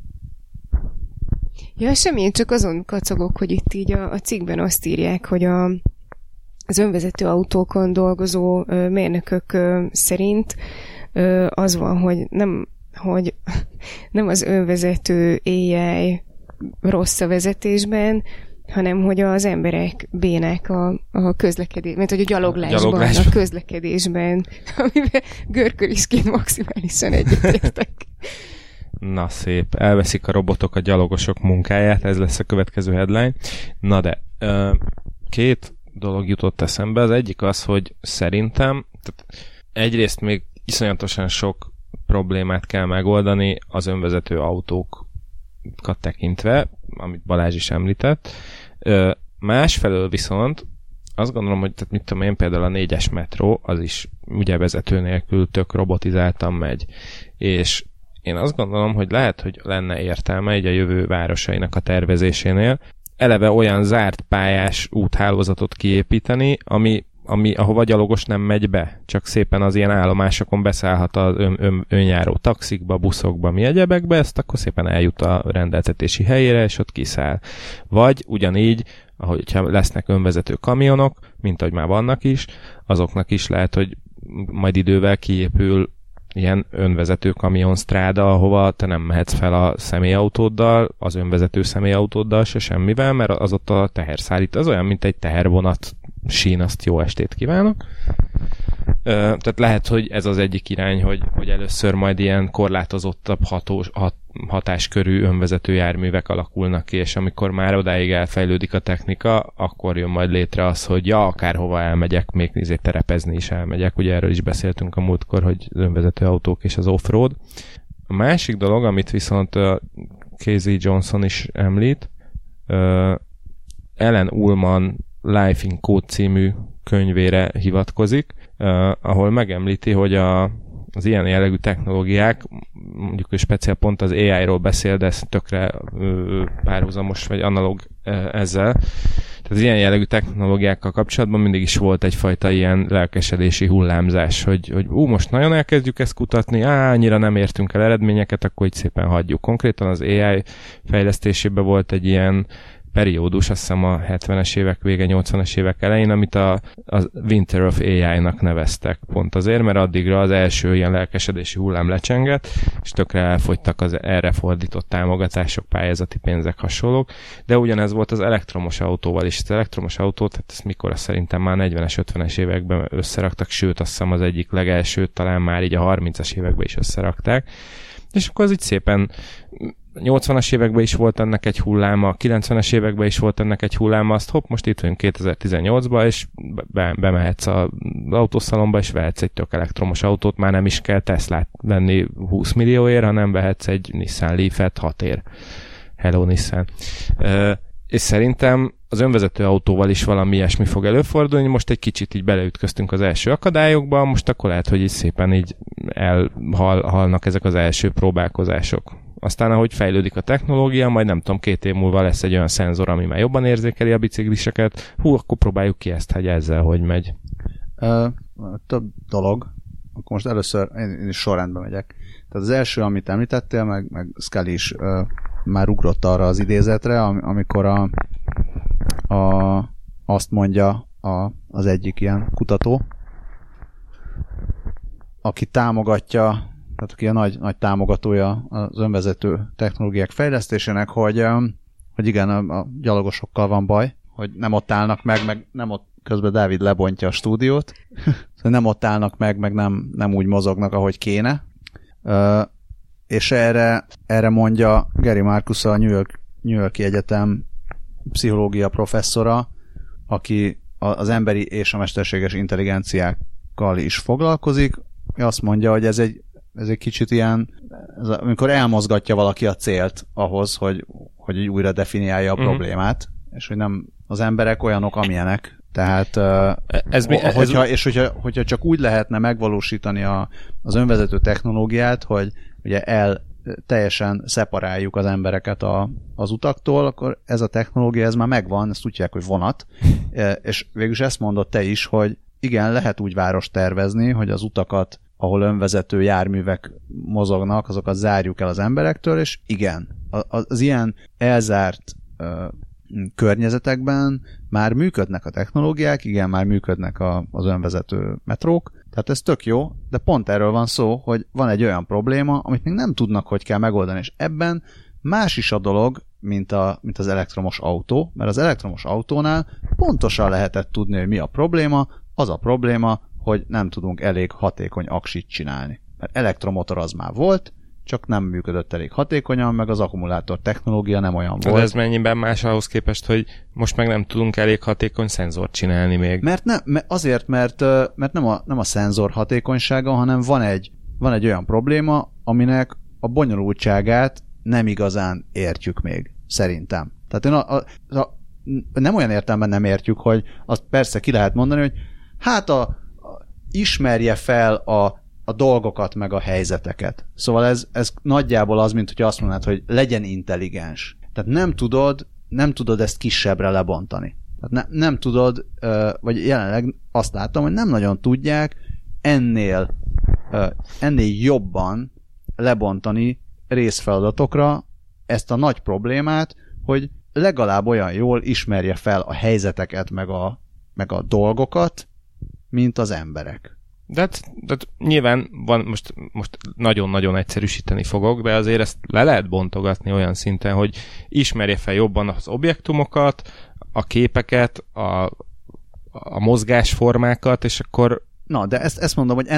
Ja, semmi, én csak azon kacagok, hogy itt így a cikkben azt írják, hogy az önvezető autókon dolgozó mérnökök szerint az van, hogy nem az önvezető AI rossz a vezetésben, hanem hogy az emberek bénák a közlekedésben, mert hogy a gyaloglásban, a közlekedésben, amiben görkörisként maximálisan egyetértek. Na szép, elveszik a robotok a gyalogosok munkáját, ez lesz a következő headline. Na de, 2 dolog jutott eszembe, az egyik az, hogy szerintem egyrészt még iszonyatosan sok problémát kell megoldani az önvezető autókat tekintve, amit Balázs is említett. Másfelől viszont azt gondolom, hogy mit tudom én, például a 4-es metró, az is ugye vezető nélkül tök robotizáltan megy. És én azt gondolom, hogy lehet, hogy lenne értelme így a jövő városainak a tervezésénél eleve olyan zárt pályás úthálózatot kiépíteni, ahova gyalogos nem megy be, csak szépen az ilyen állomásokon beszállhat az önjáró taxikba, buszokba, mi egyebekbe, ezt akkor szépen eljut a rendeltetési helyére, és ott kiszáll. Vagy ugyanígy, ahogyha lesznek önvezető kamionok, mint ahogy már vannak is, azoknak is lehet, hogy majd idővel kiépül ilyen önvezető kamionstráda, ahova te nem mehetsz fel a személyautóddal, az önvezető személyautóddal se semmivel, mert az ott a teherszállít. Az olyan, mint egy tehervonat sín, azt jó estét kívánok. Tehát lehet, hogy ez az egyik irány, hogy először majd ilyen korlátozottabb hatáskörű önvezető járművek alakulnak ki, és amikor már odáig elfejlődik a technika, akkor jön majd létre az, hogy ja, akárhova elmegyek, még terepezni is elmegyek. Ugye erről is beszéltünk a múltkor, hogy az önvezető autók és az off-road. A másik dolog, amit viszont Casey Johnson is említ, Ellen Ullman Life in Code című könyvére hivatkozik, ahol megemlíti, hogy az ilyen jellegű technológiák, mondjuk ő speciál pont az AI-ról beszél, de ez tökre párhuzamos vagy analóg ezzel. Tehát az ilyen jellegű technológiákkal kapcsolatban mindig is volt egyfajta ilyen lelkesedési hullámzás, hogy most nagyon elkezdjük ezt kutatni, annyira nem értünk el eredményeket, akkor így szépen hagyjuk. Konkrétan az AI fejlesztésében volt egy ilyen periódus, azt hiszem a 70-es évek vége, 80-es évek elején, amit a Winter of AI-nak neveztek. Pont azért, mert addigra az első ilyen lelkesedési hullám lecsengett, és tökre elfogytak az erre fordított támogatások, pályázati pénzek, hasonlók, de ugyanez volt az elektromos autóval is. Az elektromos autót, tehát ezt mikor szerintem már 40-es, 50-es években összeraktak, sőt azt hiszem az egyik legelsőt talán már így a 30-as években is összerakták. És akkor az így szépen 80-as években is volt ennek egy hulláma, 90-es években is volt ennek egy hulláma, azt most itt vagyunk 2018-ban, és bemehetsz az autószalomba, és vehetsz egy tök elektromos autót, már nem is kell Teslát venni 20 millióért, hanem vehetsz egy Nissan Leaf-et 6 ér. Hello Nissan. És szerintem az önvezető autóval is valami ilyesmi fog előfordulni, most egy kicsit így beleütköztünk az első akadályokba, most akkor lehet, hogy így szépen így elhalnak ezek az első próbálkozások. Aztán, ahogy fejlődik a technológia, majd nem tudom, 2 év múlva lesz egy olyan szenzor, ami már jobban érzékeli a bicikliseket. Akkor próbáljuk ki ezt, hogy ezzel hogy megy. Több dolog. Akkor most először én is sorrendben megyek. Tehát az első, amit említettél, meg Scully is már ugrott arra az idézetre, amikor azt mondja az egyik ilyen kutató, aki támogatja, tehát aki a nagy támogatója az önvezető technológiák fejlesztésének, hogy igen, a gyalogosokkal van baj, hogy nem ott állnak meg nem ott, közben Dávid lebontja a stúdiót, nem ott állnak meg nem úgy mozognak, ahogy kéne. És erre mondja Gary Marcus, a New York-i Egyetem pszichológia professzora, aki az emberi és a mesterséges intelligenciákkal is foglalkozik. Azt mondja, hogy ez egy kicsit ilyen, amikor elmozgatja valaki a célt ahhoz, hogy újra definiálja a problémát, és hogy nem az emberek olyanok, amilyenek. Tehát, hogyha csak úgy lehetne megvalósítani az önvezető technológiát, hogy ugye teljesen szeparáljuk az embereket az utaktól, akkor ez a technológia, ez már megvan, ezt tudják, hogy vonat, és végülis ezt mondott te is, hogy igen, lehet úgy várost tervezni, hogy az utakat, ahol önvezető járművek mozognak, azokat zárjuk el az emberektől, és igen, az ilyen elzárt környezetekben már működnek a technológiák, igen, már működnek az önvezető metrók, tehát ez tök jó, de pont erről van szó, hogy van egy olyan probléma, amit még nem tudnak, hogy kell megoldani, és ebben más is a dolog, mint az elektromos autó, mert az elektromos autónál pontosan lehetett tudni, hogy mi a probléma, az a probléma, hogy nem tudunk elég hatékony aksit csinálni. Mert elektromotor az már volt, csak nem működött elég hatékonyan, meg az akkumulátor technológia nem olyan volt. De ez mennyiben más ahhoz képest, hogy most meg nem tudunk elég hatékony szenzort csinálni még? Mert nem a szenzor hatékonysága, hanem van egy olyan probléma, aminek a bonyolultságát nem igazán értjük még, szerintem. Tehát nem olyan értelemben nem értjük, hogy azt persze ki lehet mondani, hogy hát ismerje fel a dolgokat, meg a helyzeteket. Szóval ez nagyjából az, mint hogy azt mondod, hogy legyen intelligens. Tehát nem tudod ezt kisebbre lebontani. Tehát nem tudod, vagy jelenleg azt látom, hogy nem nagyon tudják ennél jobban lebontani részfeladatokra ezt a nagy problémát, hogy legalább olyan jól ismerje fel a helyzeteket, meg a dolgokat, mint az emberek. De nyilván van, most nagyon-nagyon egyszerűsíteni fogok, de azért ezt le lehet bontogatni olyan szinten, hogy ismerje fel jobban az objektumokat, a képeket, a mozgásformákat, és akkor... Na, de ezt mondom, hogy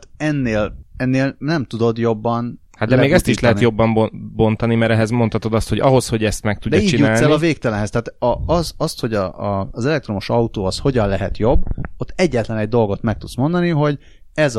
ennél nem tudod jobban. Hát de még ezt is lehet jobban bontani, mert ehhez mondhatod azt, hogy ahhoz, hogy ezt meg tudja csinálni. De így jutsz el a végtelenhez. Tehát azt, hogy az elektromos autó az hogyan lehet jobb, ott egyetlen egy dolgot meg tudsz mondani, hogy ez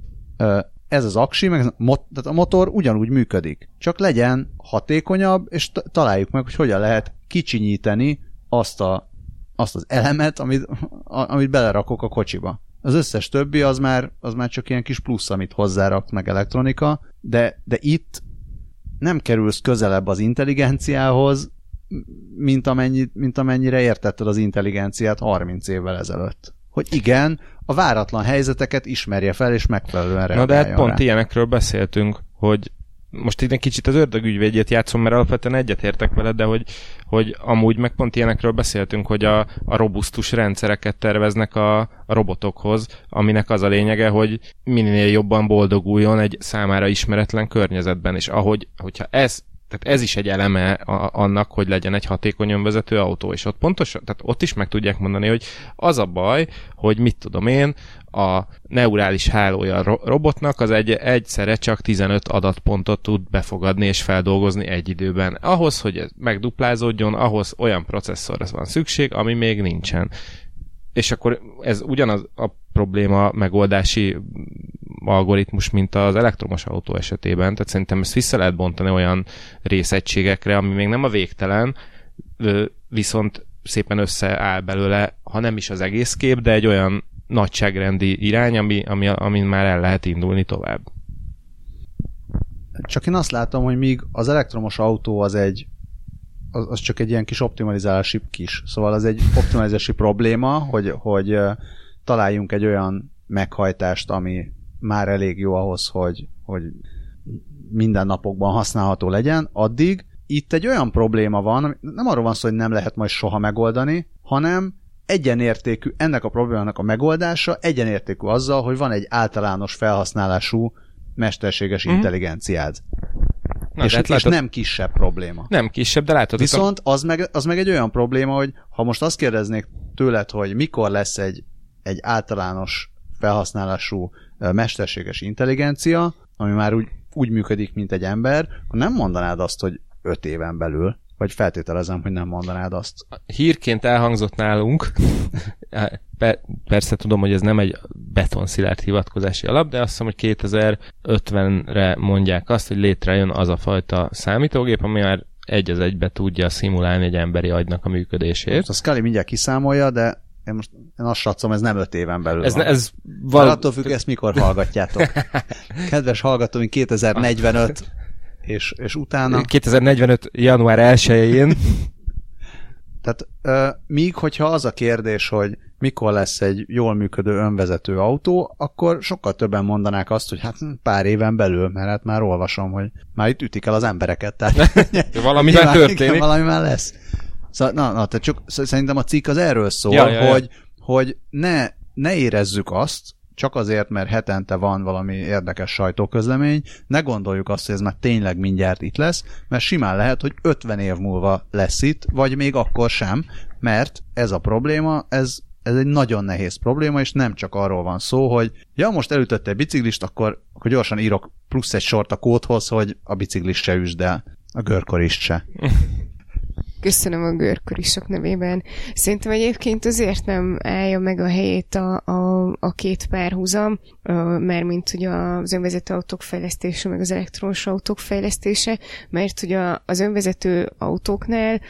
az aksi, tehát a motor ugyanúgy működik. Csak legyen hatékonyabb, és találjuk meg, hogy hogyan lehet kicsinyíteni azt az elemet, amit belerakok a kocsiba. Az összes többi az már csak ilyen kis plusz, amit hozzárak meg elektronika, de itt nem kerülsz közelebb az intelligenciához, mint amennyire értetted az intelligenciát 30 évvel ezelőtt. Hogy igen, a váratlan helyzeteket ismerje fel, és megfelelően reagáljon. Na de hát pont ilyenekről beszéltünk, hogy most egy kicsit az ördög ügyvédjét játszom, mert alapvetően egyetértek veled, de hogy amúgy meg pont ilyenekről beszéltünk, hogy a robusztus rendszereket terveznek a robotokhoz, aminek az a lényege, hogy minél jobban boldoguljon egy számára ismeretlen környezetben, és hogyha ez is egy eleme annak, hogy legyen egy hatékony önvezető autó, és ott pontosan, tehát ott is meg tudják mondani, hogy az a baj, hogy mit tudom én, a neurális hálója a robotnak az egyszerre csak 15 adatpontot tud befogadni és feldolgozni egy időben. Ahhoz, hogy ez megduplázódjon, ahhoz olyan processzorra van szükség, ami még nincsen. És akkor ez ugyanaz a probléma megoldási algoritmus, mint az elektromos autó esetében. Tehát szerintem ezt vissza lehet bontani olyan részegységekre, ami még nem a végtelen, viszont szépen összeáll belőle, ha nem is az egész kép, de egy olyan nagyságrendi irány, amin már el lehet indulni tovább. Csak én azt látom, hogy míg az elektromos autó az csak egy ilyen kis optimalizálási Szóval az egy optimalizálási probléma, hogy találjunk egy olyan meghajtást, ami már elég jó ahhoz, hogy minden napokban használható legyen, addig itt egy olyan probléma van, nem arról van szó, hogy nem lehet majd soha megoldani, hanem egyenértékű, ennek a problémának a megoldása egyenértékű azzal, hogy van egy általános felhasználású mesterséges intelligenciád. És nem kisebb probléma. Nem kisebb, de látod. Viszont az meg egy olyan probléma, hogy ha most azt kérdeznék tőled, hogy mikor lesz egy általános felhasználású mesterséges intelligencia, ami már úgy működik, mint egy ember, akkor nem mondanád azt, hogy 5 éven belül, vagy feltételezem, hogy nem mondanád azt. Hírként elhangzott nálunk, persze tudom, hogy ez nem egy betonszilárd hivatkozási alap, de azt hiszem, hogy 2050-re mondják azt, hogy létrejön az a fajta számítógép, ami már egy az egybe tudja szimulálni egy emberi agynak a működését. Most a Scully mindjárt kiszámolja, de én azt satszom, ez nem 5 éven belül van. Attól függ, ezt mikor hallgatjátok. Kedves hallgatóink, 2045 és utána... 2045. január 1-én. Tehát míg, hogyha az a kérdés, hogy mikor lesz egy jól működő önvezető autó, akkor sokkal többen mondanák azt, hogy hát pár éven belül, mert hát már olvasom, hogy már itt ütik el az embereket. Tehát valami már történik. Valami már lesz. Szóval, tehát csak szerintem a cikk az erről szól, hogy ne érezzük azt, csak azért, mert hetente van valami érdekes sajtóközlemény, ne gondoljuk azt, hogy ez már tényleg mindjárt itt lesz, mert simán lehet, hogy 50 év múlva lesz itt, vagy még akkor sem, mert ez a probléma, ez egy nagyon nehéz probléma, és nem csak arról van szó, hogy most elütötte egy biciklist, akkor gyorsan írok plusz egy sort a kódhoz, hogy a biciklist se üsd el, a görkorist se. Köszönöm a görkorisok nevében. Szerintem egyébként azért nem állja meg a helyét a két párhuzam, mert mint ugye az önvezető autók fejlesztése, meg az elektromos autók fejlesztése, mert ugye az önvezető autóknál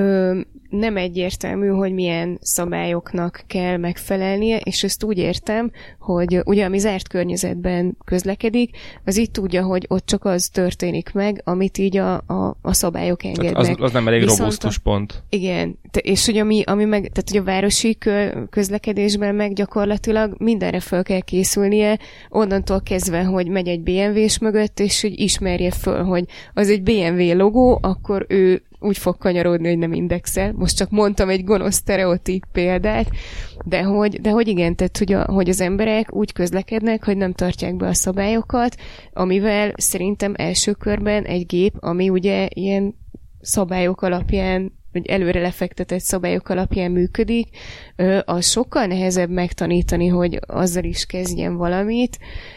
nem egyértelmű, hogy milyen szabályoknak kell megfelelnie, és ezt úgy értem, hogy ugye ami zárt környezetben közlekedik, az így tudja, hogy ott csak az történik meg, amit így a szabályok engednek. Az nem elég robusztus pont. Igen, és hogy ami meg, tehát hogy a városi közlekedésben meg gyakorlatilag mindenre fel kell készülnie, onnantól kezdve, hogy megy egy BMW-s mögött, és hogy ismerje föl, hogy az egy BMW logó, akkor ő úgy fog kanyarodni, hogy nem indexel. Most csak mondtam egy gonosz sztereotíp példát, de hogy igen, tehát hogy az emberek úgy közlekednek, hogy nem tartják be a szabályokat, amivel szerintem első körben egy gép, ami ugye ilyen szabályok alapján, vagy előre lefektetett szabályok alapján működik, az sokkal nehezebb megtanítani, hogy azzal is kezdjen valamit,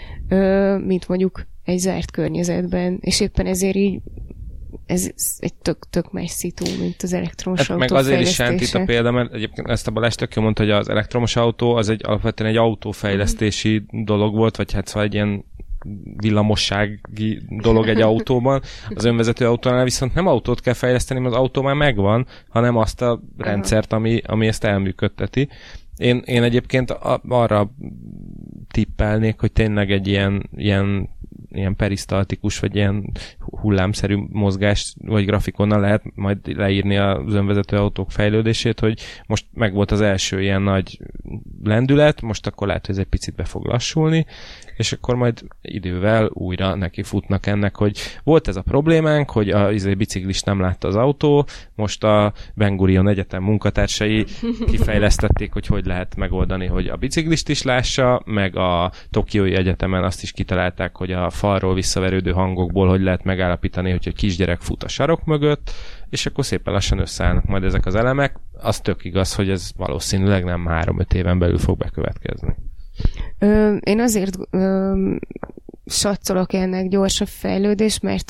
mint mondjuk egy zárt környezetben. És éppen ezért így ez egy tök más szitu, mint az elektromos autó meg azért is jelent itt a példa, mert egyébként ezt a Balázs tök jól mondta, hogy az elektromos autó az alapvetően egy autófejlesztési dolog volt, vagy hát szóval egy ilyen villamossági dolog egy autóban. Az önvezető autónál viszont nem autót kell fejleszteni, mert az autó már megvan, hanem azt a rendszert, ami ezt elműködteti. Én egyébként arra tippelnék, hogy tényleg egy ilyen perisztaltikus, vagy ilyen hullámszerű mozgás, vagy grafikonnal lehet majd leírni az önvezető autók fejlődését, hogy most meg volt az első ilyen nagy lendület, most akkor lehet, hogy ez egy picit be fog lassulni, és akkor majd idővel újra neki futnak ennek, hogy volt ez a problémánk, hogy a biciklist nem látta az autó, most a Ben Gurion Egyetem munkatársai kifejlesztették, hogy lehet megoldani, hogy a biciklist is lássa, meg a Tokiói Egyetemen azt is kitalálták, hogy a falról visszaverődő hangokból hogy lehet megállapítani, hogy egy kisgyerek fut a sarok mögött, és akkor szépen lassan összeállnak majd ezek az elemek. Az tök igaz, hogy ez valószínűleg nem 3-5 éven belül fog bekövetkezni. Én azért satszolok ennek gyorsabb fejlődés, mert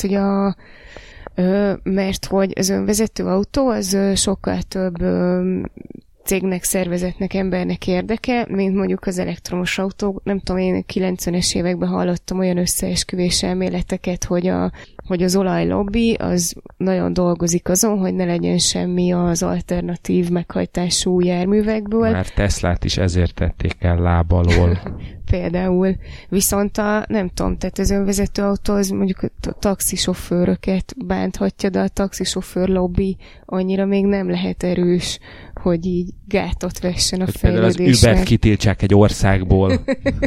hogy az önvezető autó az sokkal több cégnek, szervezetnek, embernek érdeke, mint mondjuk az elektromos autó. Nem tudom, én 90-es években hallottam olyan összeesküvés elméleteket, hogy az olajlobby az nagyon dolgozik azon, hogy ne legyen semmi az alternatív meghajtású járművekből. Már Teslát is ezért tették el láb alól. Például. Viszont nem tudom, tehát az önvezető autó az mondjuk a taxisofőröket bánthatja, de a taxisofőr lobby annyira még nem lehet erős, hogy így gátot vessen a fejlődésnek. Például az Ubert kitiltsák egy országból.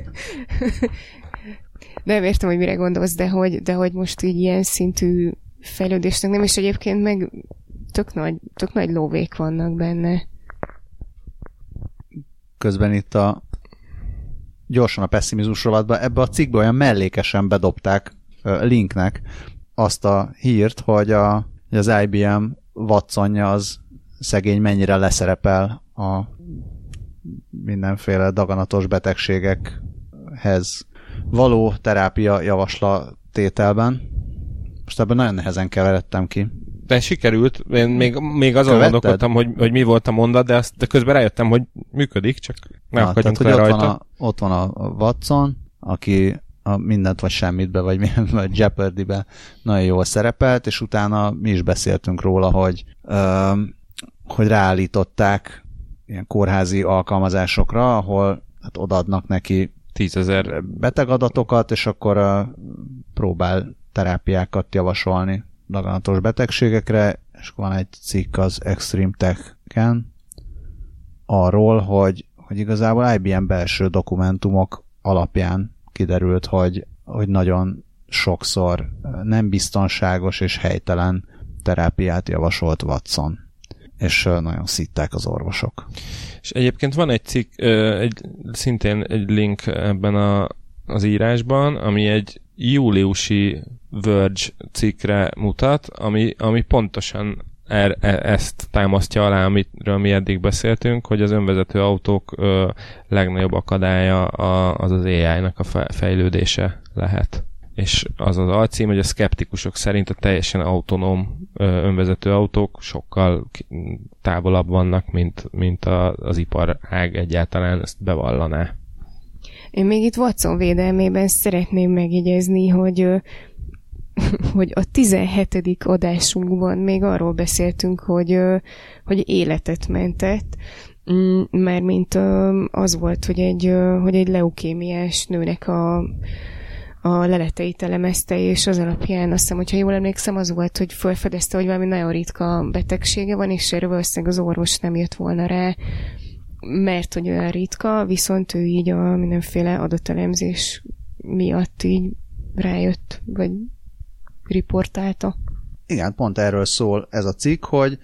Nem értem, hogy mire gondolsz, de hogy most így ilyen szintű fejlődésnek nem, és egyébként meg tök nagy lóvék vannak benne. Közben itt gyorsan a pessimizmus rovatba, ebbe a cikkbe olyan mellékesen bedobták linknek azt a hírt, hogy az IBM Watsonja az szegény mennyire leszerepel a mindenféle daganatos betegségekhez való terápia javaslatételben. Most ebben nagyon nehezen keveredtem ki. De sikerült. Én még azon gondolkodtam, hogy mi volt a mondat, de közben rájöttem, hogy működik, csak ne akadjunk le rajta. Ott van a Watson, aki a mindent vagy semmitbe, vagy Jeopardy-be nagyon jól szerepelt, és utána mi is beszéltünk róla, hogy ráállították ilyen kórházi alkalmazásokra, ahol hát odaadnak neki 10,000 betegadatokat, és akkor próbál terápiákat javasolni daganatos betegségekre, és van egy cikk az Extreme Tech-en arról, hogy igazából IBM belső dokumentumok alapján kiderült, hogy nagyon sokszor nem biztonságos és helytelen terápiát javasolt Watson. És nagyon szitták az orvosok. És egyébként van egy cikk, szintén egy link ebben az írásban, ami egy júliusi Verge cikkre mutat, ami pontosan ezt támasztja alá, amiről mi eddig beszéltünk, hogy az önvezető autók legnagyobb akadálya az AI-nak a fejlődése lehet. És az alcím, hogy a szkeptikusok szerint a teljesen autonóm önvezető autók sokkal távolabb vannak, mint az iparág egyáltalán ezt bevallaná. Én még itt Watson védelmében szeretném megjegyezni, hogy a 17. adásunkban még arról beszéltünk, hogy életet mentett, mármint az volt, hogy egy leukémiás nőnek a leleteit elemezte, és az alapján azt hiszem, hogyha jól emlékszem, az volt, hogy felfedezte, hogy valami nagyon ritka betegsége van, és erről valószínűleg az orvos nem jött volna rá, mert hogy olyan ritka, viszont ő így a mindenféle adatelemzés miatt így rájött, vagy riportálta. Igen, pont erről szól ez a cikk,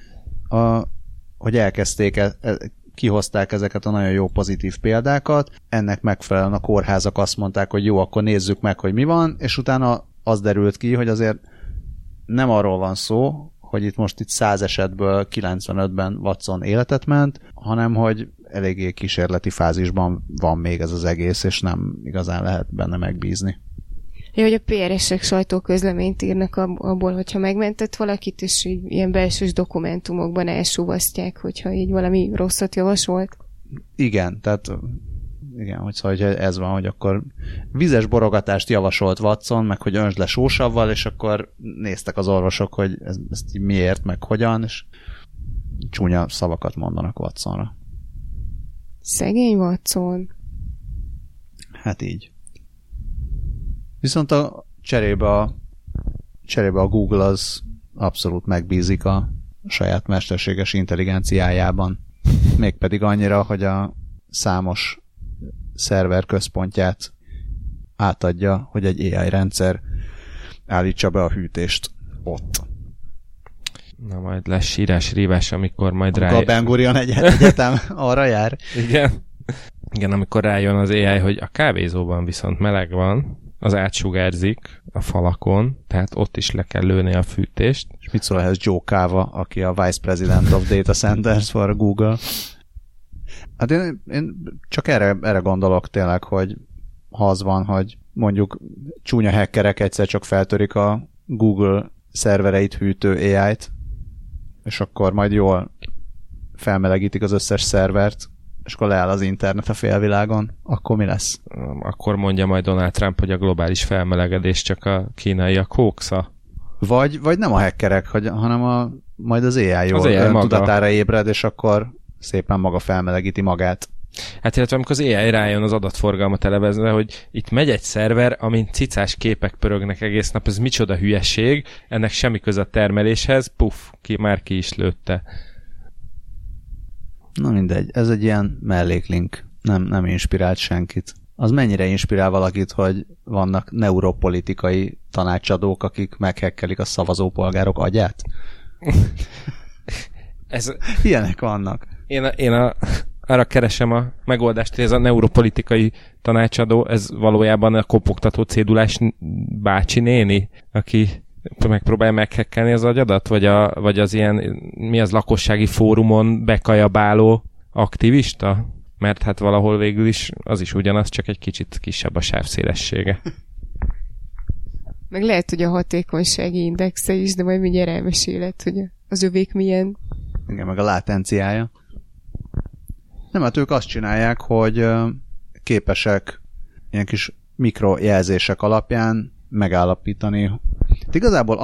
hogy elkezdték, kihozták ezeket a nagyon jó pozitív példákat, ennek megfelelően a kórházak azt mondták, hogy jó, akkor nézzük meg, hogy mi van, és utána az derült ki, hogy azért nem arról van szó, hogy itt 100 esetből 95-ben Watson életet ment, hanem hogy eléggé kísérleti fázisban van még ez az egész, és nem igazán lehet benne megbízni. Ja, hogy a PRS-ek sajtóközleményt írnak abból, hogyha megmentett valakit, és így ilyen belsős dokumentumokban elsúvasztják, hogyha így valami rosszat javasolt. Igen, tehát Igen, hogy ez van, hogy akkor vizes borogatást javasolt Watson, meg hogy öntsd le sósavval, és akkor néztek az orvosok, hogy ezt miért, meg hogyan, és csúnya szavakat mondanak Watsonra. Szegény Watson. Hát így. Viszont cserébe a Google az abszolút megbízik a saját mesterséges intelligenciájában. Mégpedig annyira, hogy a számos szerver központját átadja, hogy egy AI rendszer állítsa be a hűtést ott. Na majd lesz sírás-rívás, amikor majd a Ben Gurion egyetem arra jár. Igen, amikor rájön az AI, hogy a kávézóban viszont meleg van, az átsugárzik a falakon, tehát ott is le kell lőni a fűtést. És mit szól ehhez Joe Cava, aki a Vice President of Data Centers for Google? Hát én csak erre gondolok tényleg, hogy ha az van, hogy mondjuk csúnya hackerek egyszer csak feltörik a Google szervereit hűtő AI-t, és akkor majd jól felmelegítik az összes szervert, és akkor leáll az internet a félvilágon, akkor mi lesz? Akkor mondja majd Donald Trump, hogy a globális felmelegedés csak a kínaiak hoaxa. Vagy nem a hackerek, hanem majd az AI jól tudatára ébred, és akkor szépen maga felmelegíti magát. Hát illetve amikor az AI rájön az adatforgalmat elevezve, hogy itt megy egy szerver, amin cicás képek pörögnek egész nap, ez micsoda hülyeség, ennek semmi köze a termeléshez, már ki is lőtte. Na mindegy, ez egy ilyen melléklink, nem inspirált senkit. Az mennyire inspirál valakit, hogy vannak neuropolitikai tanácsadók, akik meghekkelik a szavazópolgárok agyát? Ilyenek vannak. Én arra keresem a megoldást, hogy ez a neuropolitikai tanácsadó, ez valójában a kopogtató cédulás bácsi néni, aki megpróbálja meghekkelni az agyadat, vagy az ilyen, mi az lakossági fórumon bekajabáló aktivista? Mert hát valahol végül is az is ugyanaz, csak egy kicsit kisebb a sávszélessége. Meg lehet, hogy a hatékonysági indexe is, de majd mindjárt elmeséled, hogy az övék milyen. Igen, meg a látenciája. Nem, hát ők azt csinálják, hogy képesek ilyen kis mikrojelzések alapján megállapítani. De igazából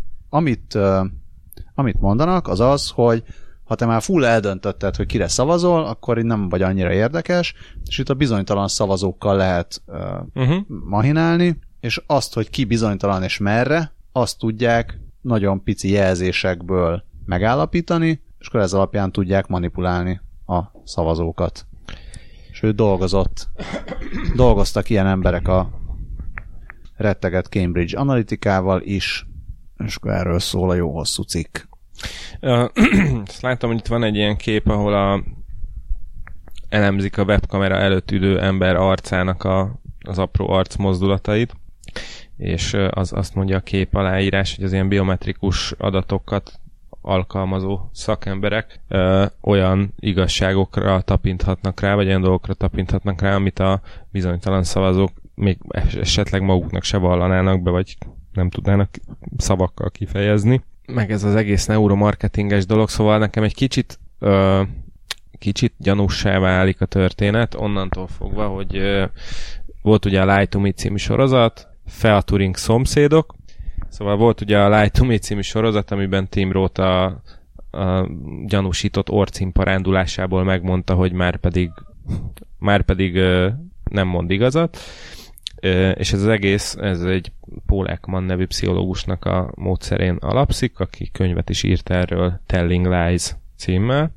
amit mondanak, az az, hogy ha te már full eldöntötted, hogy kire szavazol, akkor így nem vagy annyira érdekes, és itt a bizonytalan szavazókkal lehet mahinálni, és azt, hogy ki bizonytalan és merre, azt tudják nagyon pici jelzésekből megállapítani, és akkor ez alapján tudják manipulálni a szavazókat. És ő dolgoztak ilyen emberek a retteget Cambridge Analytikával is, és akkor erről szól a jó hosszú cikk. Ezt láttam, hogy itt van egy ilyen kép, ahol elemzik a webkamera előtt ülő ember arcának az apró arcmozdulatait, és azt mondja a kép aláírás, hogy az ilyen biometrikus adatokat alkalmazó szakemberek olyan igazságokra tapinthatnak rá, vagy olyan dolgokra tapinthatnak rá, amit a bizonytalan szavazók még esetleg maguknak se vallanának be, vagy nem tudnának szavakkal kifejezni. Meg ez az egész neuromarketinges dolog, szóval nekem egy kicsit gyanússá válik a történet, onnantól fogva, hogy volt ugye a Lie to Me című sorozat, featuring szomszédok, szóval volt ugye a Lie to Me című sorozat, amiben Tim Roth a gyanúsított orcímparándulásából megmondta, hogy már pedig nem mond igazat, és ez az egész, ez egy Paul Ekman nevű pszichológusnak a módszerén alapszik, aki könyvet is írt erről, Telling Lies címmel,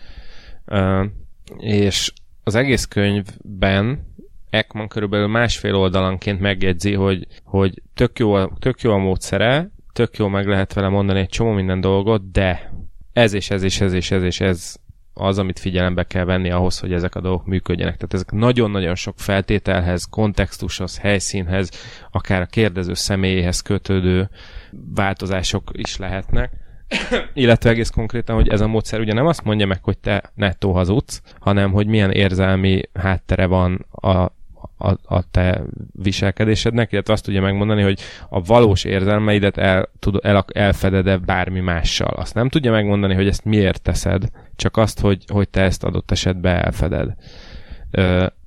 és az egész könyvben Ekman körülbelül másfél oldalanként megjegyzi, hogy tök jó a módszere, tök jó meg lehet vele mondani egy csomó minden dolgot, de ez az, amit figyelembe kell venni ahhoz, hogy ezek a dolgok működjenek. Tehát ezek nagyon-nagyon sok feltételhez, kontextushoz, helyszínhez, akár a kérdező személyéhez kötődő változások is lehetnek. Illetve egész konkrétan, hogy ez a módszer ugye nem azt mondja meg, hogy te nettó hazudsz, hanem hogy milyen érzelmi háttere van a te viselkedésednek, illetve azt tudja megmondani, hogy a valós érzelmeidet elfeded-e bármi mással. Azt nem tudja megmondani, hogy ezt miért teszed, csak azt, hogy te ezt adott esetben elfeded.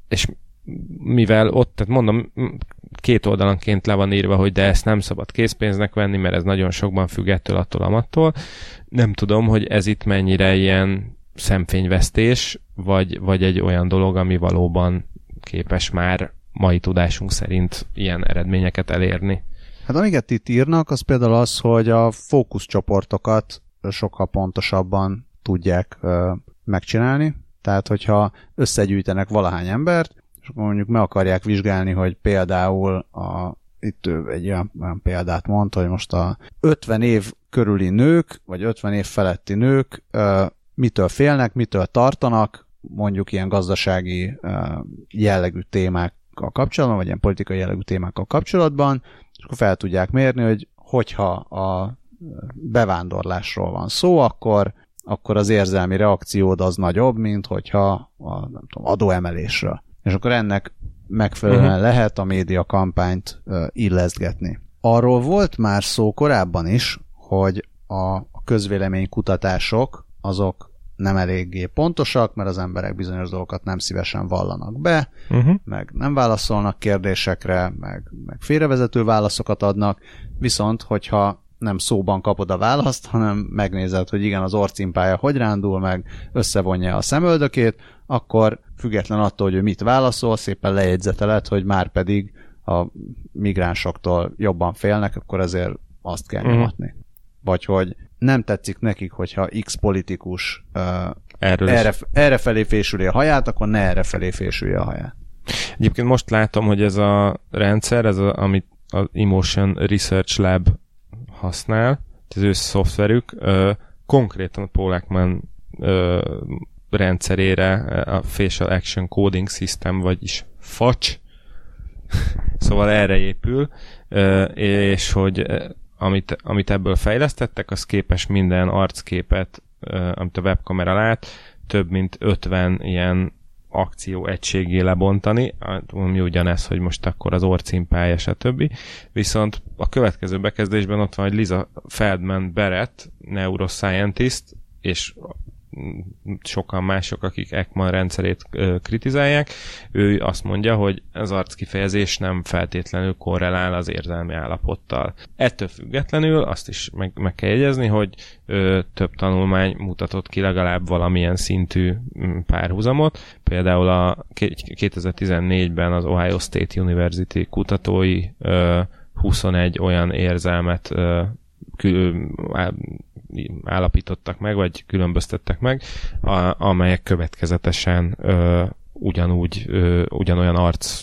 és mivel ott, tehát mondom, két oldalanként le van írva, hogy de ezt nem szabad készpénznek venni, mert ez nagyon sokban függ ettől, attól. Nem tudom, hogy ez itt mennyire ilyen szemfényvesztés, vagy egy olyan dolog, ami valóban képes már mai tudásunk szerint ilyen eredményeket elérni. Hát amiket itt írnak, az például az, hogy a fókuszcsoportokat sokkal pontosabban tudják megcsinálni. Tehát, hogyha összegyűjtenek valahány embert, és akkor mondjuk meg akarják vizsgálni, hogy például itt egy olyan példát mond, hogy most a 50 év körüli nők, vagy 50 év feletti nők mitől félnek, mitől tartanak, mondjuk ilyen gazdasági jellegű témákkal kapcsolatban, vagy ilyen politikai jellegű témákkal kapcsolatban, és akkor fel tudják mérni, hogy hogyha a bevándorlásról van szó, akkor az érzelmi reakciód az nagyobb, mint hogyha nem tudom, adóemelésről. És akkor ennek megfelelően lehet a média kampányt illesztgetni. Arról volt már szó korábban is, hogy a közvéleménykutatások azok nem eléggé pontosak, mert az emberek bizonyos dolgokat nem szívesen vallanak be, meg nem válaszolnak kérdésekre, meg félrevezető válaszokat adnak, viszont hogyha nem szóban kapod a választ, hanem megnézed, hogy igen, az orcimpája hogy rándul, meg összevonja a szemöldökét, akkor független attól, hogy ő mit válaszol, szépen lejegyzeteled, hogy már pedig a migránsoktól jobban félnek, akkor ezért azt kell nyomatni. Vagy hogy nem tetszik nekik, hogyha X politikus erre felé fésüli a haját, akkor ne erre felé fésülje a haját. Egyébként most látom, hogy ez a rendszer, amit az Emotion Research Lab használ, az ő szoftverük, konkrétan a Paul Ekman rendszerére a Facial Action Coding System, vagyis FACS, szóval erre épül, és hogy amit ebből fejlesztettek, az képes minden arcképet, amit a webkamera lát, több mint 50 ilyen akció egységé lebontani, ami ugyanez, hogy most akkor az orcimpája, stb. Viszont a következő bekezdésben ott van, hogy Lisa Feldman Barrett, neuroscientist, és sokan mások, akik Ekman rendszerét kritizálják, ő azt mondja, hogy az arckifejezés nem feltétlenül korrelál az érzelmi állapottal. Ettől függetlenül azt is meg kell jegyezni, hogy több tanulmány mutatott ki legalább valamilyen szintű párhuzamot. Például a 2014-ben az Ohio State University kutatói 21 olyan érzelmet állapítottak meg, vagy különböztettek meg, amelyek következetesen ugyanolyan arc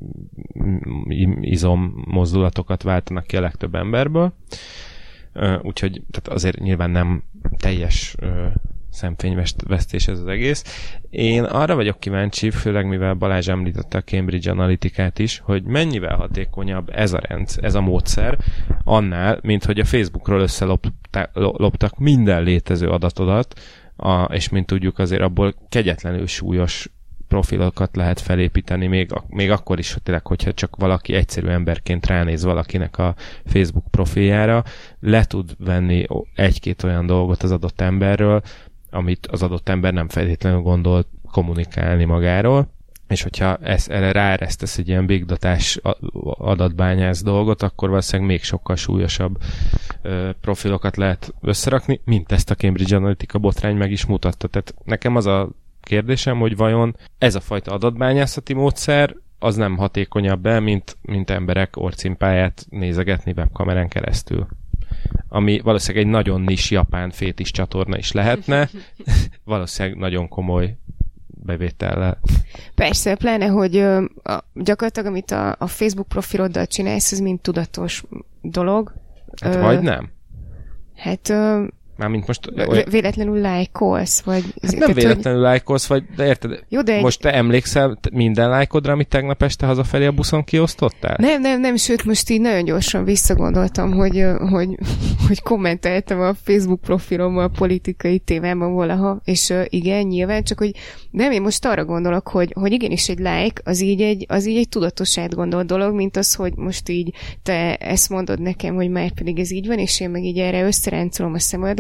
izom mozdulatokat váltanak ki a legtöbb emberből. Úgyhogy tehát azért nyilván nem teljes szemfényvesztés ez az egész. Én arra vagyok kíváncsi, főleg mivel Balázs említette a Cambridge Analytica-t is, hogy mennyivel hatékonyabb ez a módszer annál, mint hogy a Facebookról összeloptak minden létező adatodat, és mint tudjuk, azért abból kegyetlenül súlyos profilokat lehet felépíteni, még akkor is, hogy tényleg, hogyha csak valaki egyszerű emberként ránéz valakinek a Facebook profiljára, le tud venni egy-két olyan dolgot az adott emberről, amit az adott ember nem feltétlenül gondolt kommunikálni magáról, és hogyha erre ráeresztesz egy ilyen big datás adatbányász dolgot, akkor valószínűleg még sokkal súlyosabb profilokat lehet összerakni, mint ezt a Cambridge Analytica botrány meg is mutatta. Tehát nekem az a kérdésem, hogy vajon ez a fajta adatbányászati módszer az nem hatékonyabb mint emberek orcimpáját nézegetni webkamerán keresztül. Ami valószínűleg egy nagyon nis japán fétis csatorna is lehetne, valószínűleg nagyon komoly bevétellel. Persze, pláne, hogy gyakorlatilag amit a Facebook profiloddal csinálsz, ez mind tudatos dolog. Hát vagy nem? Hát... Mármint most... Véletlenül lájkolsz, vagy... Hát nem véletlenül lájkolsz, vagy... De érted? Jó, de most te emlékszel minden lájkodra, amit tegnap este hazafelé a buszon kiosztottál? Nem, sőt, most így nagyon gyorsan visszagondoltam, hogy kommenteltem a Facebook profilommal a politikai témában valaha, és igen, nyilván, csak hogy nem, én most arra gondolok, hogy igenis egy like, az így egy tudatos átgondolt dolog, mint az, hogy most így te ezt mondod nekem, hogy már pedig ez így van, és én meg így erre összeráncolom a szemöldökömet,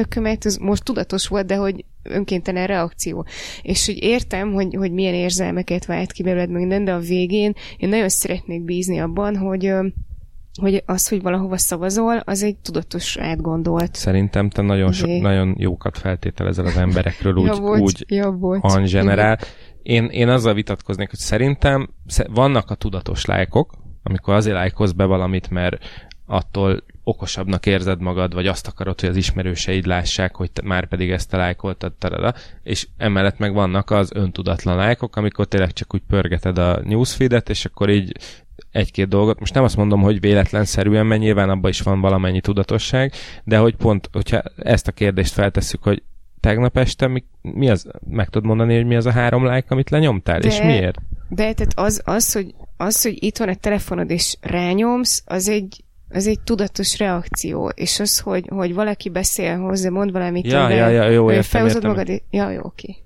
lökömet, ez most tudatos volt, de hogy önkéntelen reakció. És hogy értem, hogy milyen érzelmeket vált ki belőled minden, de a végén én nagyon szeretnék bízni abban, hogy az, hogy valahova szavazol, az egy tudatos, átgondolt. Szerintem te nagyon jókat feltételezel az emberekről, úgy en general. Én azzal vitatkoznék, hogy szerintem vannak a tudatos lájkok, amikor azért lájkolsz be valamit, mert attól okosabbnak érzed magad, vagy azt akarod, hogy az ismerőseid lássák, hogy már pedig ezt a lájkoltad, és emellett meg vannak az öntudatlan lájkok, amikor tényleg csak úgy pörgeted a newsfeedet, és akkor így egy-két dolgot. Most nem azt mondom, hogy véletlenszerűen, mert nyilván abban is van valamennyi tudatosság, de hogy pont, hogyha ezt a kérdést feltesszük, hogy tegnap este mi az, meg tudod mondani, hogy mi az a 3 like, amit lenyomtál, és miért? De tehát az, hogy itt van a telefonod, és rányomsz, az egy tudatos reakció, és az, hogy valaki beszél hozzá, mond valamit, jó, felhozod magad, jó, oké.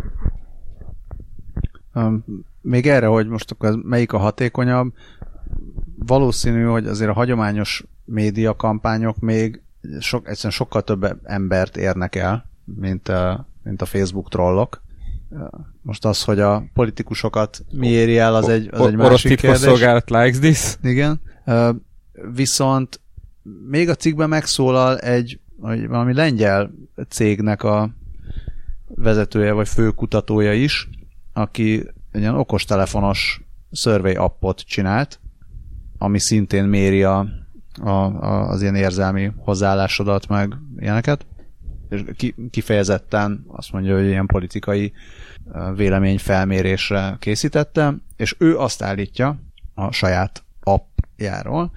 Még erre, hogy most akkor melyik a hatékonyabb, valószínű, hogy azért a hagyományos médiakampányok még egyszerűen sokkal több embert érnek el, mint a Facebook trollok. Most az, hogy a politikusokat mi éri el, az egy másik kérdés. Szolgálat likes this. Igen. Viszont még a cikkben megszólal valami lengyel cégnek a vezetője, vagy főkutatója is, aki egy ilyen okostelefonos survey appot csinált, ami szintén méri az ilyen érzelmi hozzáállásodat, meg ilyeneket. És kifejezetten azt mondja, hogy ilyen politikai véleményfelmérésre készítette, és ő azt állítja a saját appjáról,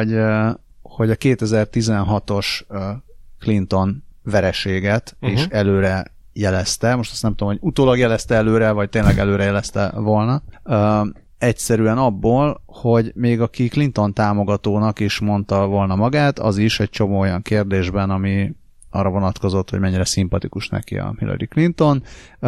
hogy a 2016-os Clinton vereséget is előre jelezte, most azt nem tudom, hogy utólag jelezte előre, vagy tényleg előre jelezte volna, egyszerűen abból, hogy még aki Clinton támogatónak is mondta volna magát, az is egy csomó olyan kérdésben, ami arra vonatkozott, hogy mennyire szimpatikus neki a Hillary Clinton,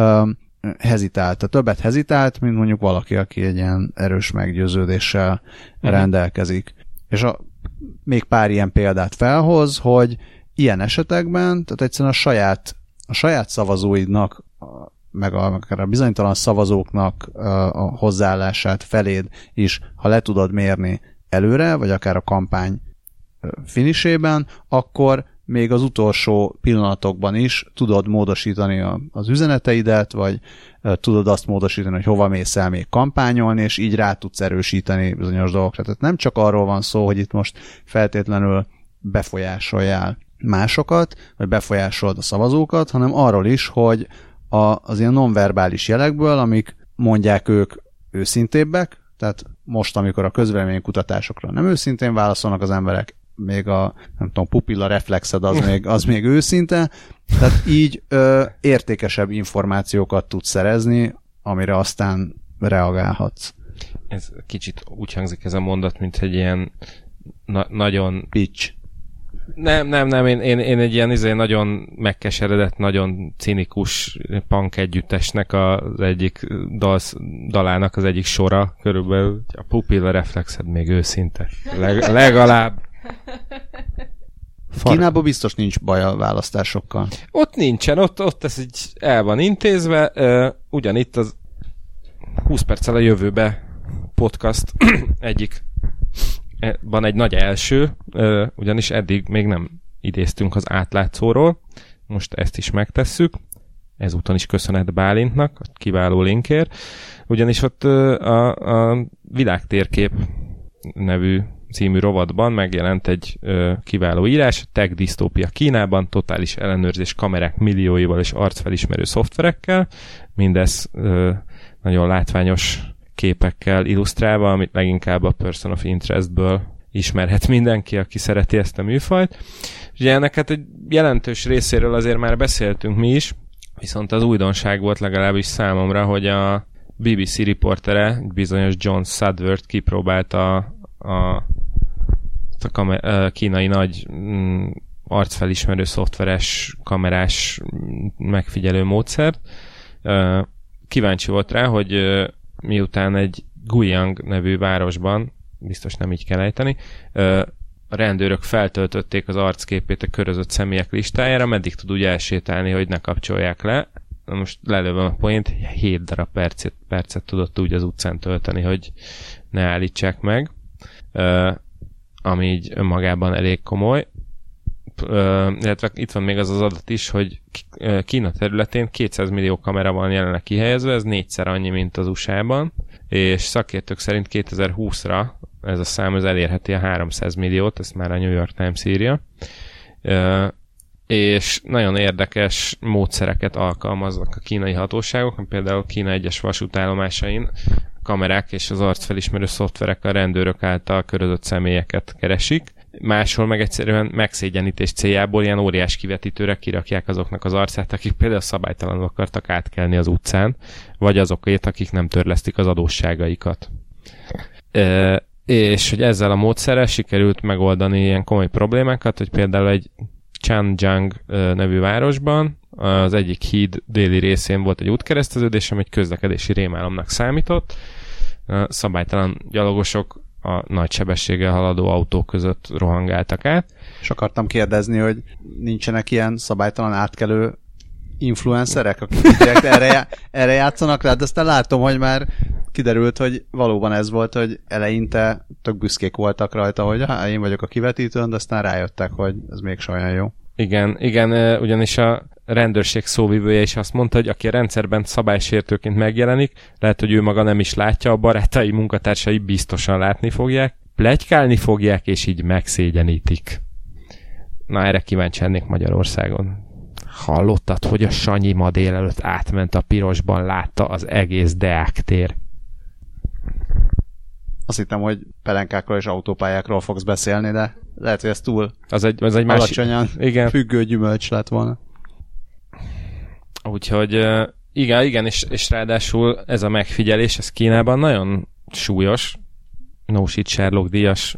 hezitált. Többet hezitált, mint mondjuk valaki, aki egy ilyen erős meggyőződéssel rendelkezik. És még pár ilyen példát felhoz, hogy ilyen esetekben, tehát egyszerűen a saját szavazóidnak, meg akár a bizonytalan szavazóknak a hozzáállását feléd is, ha le tudod mérni előre, vagy akár a kampány finisében, akkor még az utolsó pillanatokban is tudod módosítani az üzeneteidet, vagy tudod azt módosítani, hogy hova mész el még kampányolni, és így rá tudsz erősíteni bizonyos dolgokra. Tehát nem csak arról van szó, hogy itt most feltétlenül befolyásoljál másokat, vagy befolyásolod a szavazókat, hanem arról is, hogy az ilyen nonverbális jelekből, amik mondják ők őszintébbek, tehát most, amikor a közvéleménykutatásokra nem őszintén válaszolnak az emberek, még nem tudom, pupilla reflexed az még őszinte, tehát így értékesebb információkat tudsz szerezni, amire aztán reagálhatsz. Ez kicsit úgy hangzik ez a mondat, mint egy ilyen nagyon... Pitch. Nem, én egy ilyen nagyon megkeseredett, nagyon cinikus punk együttesnek az egyik dalának az egyik sora, körülbelül a pupilla reflexed még őszinte. Legalább. Kínában biztos nincs baj a választásokkal. Ott nincsen, ott ez így el van intézve, ugyanitt az 20 perccel a jövőbe podcast van egy nagy első, ugyanis eddig még nem idéztünk az átlátszóról, most ezt is megtesszük, ezúton is köszönet Bálintnak, a kiváló linkért, ugyanis ott a Világtérkép nevű című rovatban megjelent egy kiváló írás, Tech Disztópia Kínában, totális ellenőrzés kamerák millióival és arcfelismerő szoftverekkel, mindez nagyon látványos képekkel illusztrálva, amit leginkább a Person of Interestből ismerhet mindenki, aki szereti ezt a műfajt. Ugye ennek hát egy jelentős részéről azért már beszéltünk mi is, viszont az újdonság volt legalábbis számomra, hogy a BBC riportere, bizonyos John Sudworth kipróbálta a kínai nagy arcfelismerő szoftveres kamerás megfigyelő módszert. Kíváncsi volt rá, hogy miután egy Guiyang nevű városban, biztos nem így kell ejteni, a rendőrök feltöltötték az arcképét a körözött személyek listájára, meddig tud úgy elsétálni, hogy ne kapcsolják le. Na most lelövöm a point, 7 darab percet tudott úgy az utcán tölteni, hogy ne állítsák meg, ami így önmagában elég komoly. Illetve itt van még az adat is, hogy Kína területén 200 millió kamera van jelenleg kihelyezve, ez 4-szer annyi, mint az USA-ban, és szakértők szerint 2020-ra ez a szám elérheti a 300 milliót, ezt már a New York Times írja. És nagyon érdekes módszereket alkalmaznak a kínai hatóságok, például Kína egyes vasútállomásain kamerák és az arcfelismerő szoftverek a rendőrök által körözött személyeket keresik. Máshol meg egyszerűen megszégyenítés céljából ilyen óriás kivetítőre kirakják azoknak az arcát, akik például szabálytalanul akartak átkelni az utcán, vagy azokért, akik nem törlesztik az adósságaikat. És hogy ezzel a módszerrel sikerült megoldani ilyen komoly problémákat, hogy például egy Changjiang nevű városban az egyik híd déli részén volt egy útkereszteződés, ami egy közlekedési rémálomnak számított. Szabálytalan gyalogosok a nagy sebességgel haladó autók között rohangáltak át. És akartam kérdezni, hogy nincsenek ilyen szabálytalan átkelő influencerek, akik erre játszanak rá, de aztán látom, hogy már kiderült, hogy valóban ez volt, hogy eleinte tök büszkék voltak rajta, hogy én vagyok a kivetítőn, de aztán rájöttek, hogy ez mégsem olyan jó. Igen, ugyanis a rendőrség szóvivője is azt mondta, hogy aki a rendszerben szabálysértőként megjelenik, lehet, hogy ő maga nem is látja, a barátai, munkatársai biztosan látni fogják, pletykálni fogják, és így megszégyenítik. Na, erre kíváncsi lennék Magyarországon. Hallottad, hogy a Sanyi ma délelőtt átment a pirosban, látta az egész Deák tér? Azt hittem, hogy pelenkákról és autópályákról fogsz beszélni, de lehet, hogy ez túl az egy alacsonyan függő gyümölcs lett volna. Úgyhogy igen, és ráadásul ez a megfigyelés, ez Kínában nagyon súlyos, no shit Sherlock díjas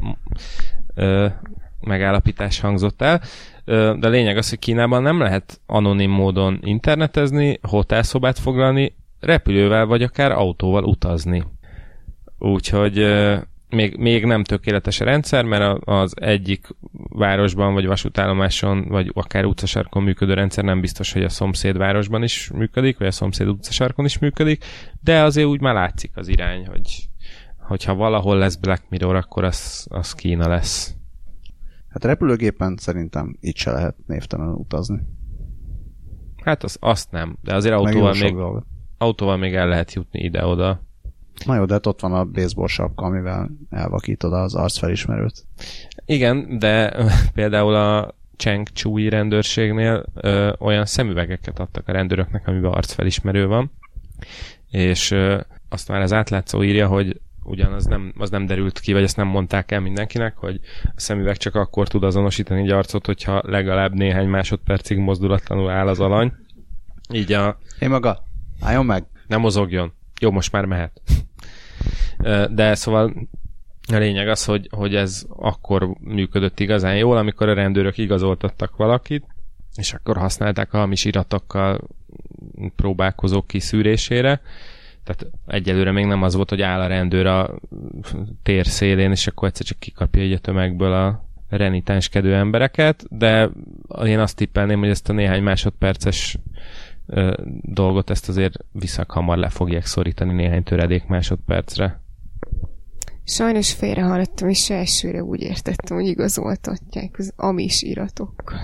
megállapítás hangzott el, de a lényeg az, hogy Kínában nem lehet anonim módon internetezni, hotelszobát foglalni, repülővel vagy akár autóval utazni. Úgyhogy még nem tökéletes a rendszer, mert az egyik városban, vagy vasútállomáson, vagy akár utcasarkon működő rendszer nem biztos, hogy a szomszédvárosban is működik, vagy a szomszéd utcasarkon is működik, de azért úgy már látszik az irány, hogyha valahol lesz Black Mirror, akkor az Kína lesz. Hát repülőgépen szerintem itt se lehet névtelenül utazni. Hát azt nem, de azért autóval még el lehet jutni ide-oda. Na jó, de hát ott van a baseball sapka, amivel elvakítod az arcfelismerőt. Igen, de például a Chengchui rendőrségnél olyan szemüvegeket adtak a rendőröknek, amiben arcfelismerő van, és azt már az átlátszó írja, hogy ugyanaz nem derült ki, vagy ezt nem mondták el mindenkinek, hogy a szemüveg csak akkor tud azonosítani egy arcot, hogyha legalább néhány másodpercig mozdulatlanul áll az alany. Így Hé maga, álljon meg! Nem mozogjon. Jó, most már mehet. De szóval a lényeg az, hogy ez akkor működött igazán jól, amikor a rendőrök igazoltattak valakit, és akkor használták a hamis iratokkal próbálkozók kiszűrésére. Tehát egyelőre még nem az volt, hogy áll a rendőr a tér szélén, és akkor egyszer csak kikapja egy a tömegből a renitenskedő embereket, de én azt tippelném, hogy ezt a néhány másodperces dolgot ezt azért viszakhamar le fogják szorítani néhány töredék másodpercre. Sajnos félrehallottam, és elsőre úgy értettem, hogy igazoltatják az amis iratokkal.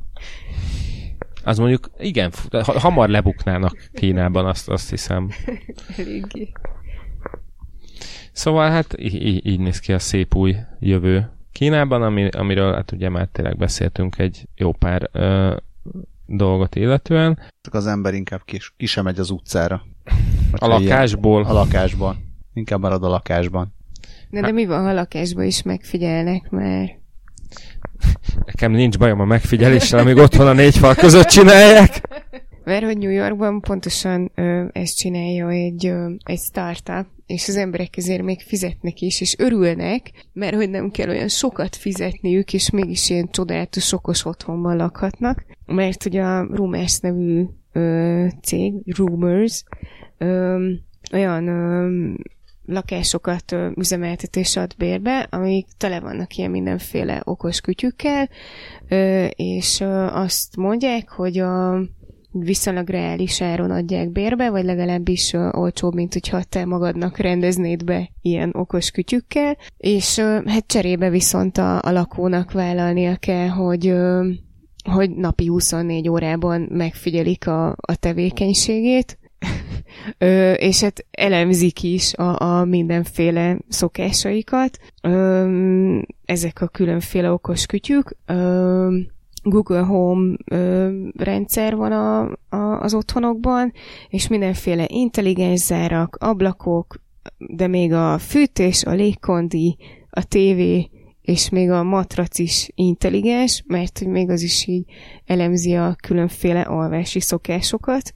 Az mondjuk, igen, hamar lebuknának Kínában, azt hiszem. Eléggé. Szóval hát így néz ki a szép új jövő Kínában, amiről hát ugye már tényleg beszéltünk egy jó pár dolgot illetően. Az ember inkább ki sem megy az utcára. A lakásból? A lakásban. Inkább marad a lakásban. De mi van, ha lakásban is megfigyelnek már? Nekem nincs bajom a megfigyeléssel, amíg otthon a 4 fal között csinálják. Mert hogy New Yorkban pontosan ezt csinálja egy startup, és az emberek ezért még fizetnek is, és örülnek, mert hogy nem kell olyan sokat fizetniük, és mégis ilyen csodálatos okos otthonban lakhatnak, mert hogy a Rumors nevű cég, Rumors, olyan lakásokat üzemeltetés ad bérbe, amik tele vannak ilyen mindenféle okos kütyükkel, és azt mondják, hogy a viszonylag reális áron adják bérbe, vagy legalábbis olcsóbb, mint hogyha te magadnak rendeznéd be ilyen okos kütyükkel, és hát cserébe viszont a lakónak vállalnia kell, hogy napi 24 órában megfigyelik a tevékenységét, és hát elemzik is a mindenféle szokásaikat. Ezek a különféle okos kütyük. Google Home rendszer van az otthonokban, és mindenféle intelligens zárak, ablakok, de még a fűtés, a légkondi, a tévé, és még a matrac is intelligens, mert hogy még az is így elemzi a különféle alvási szokásokat.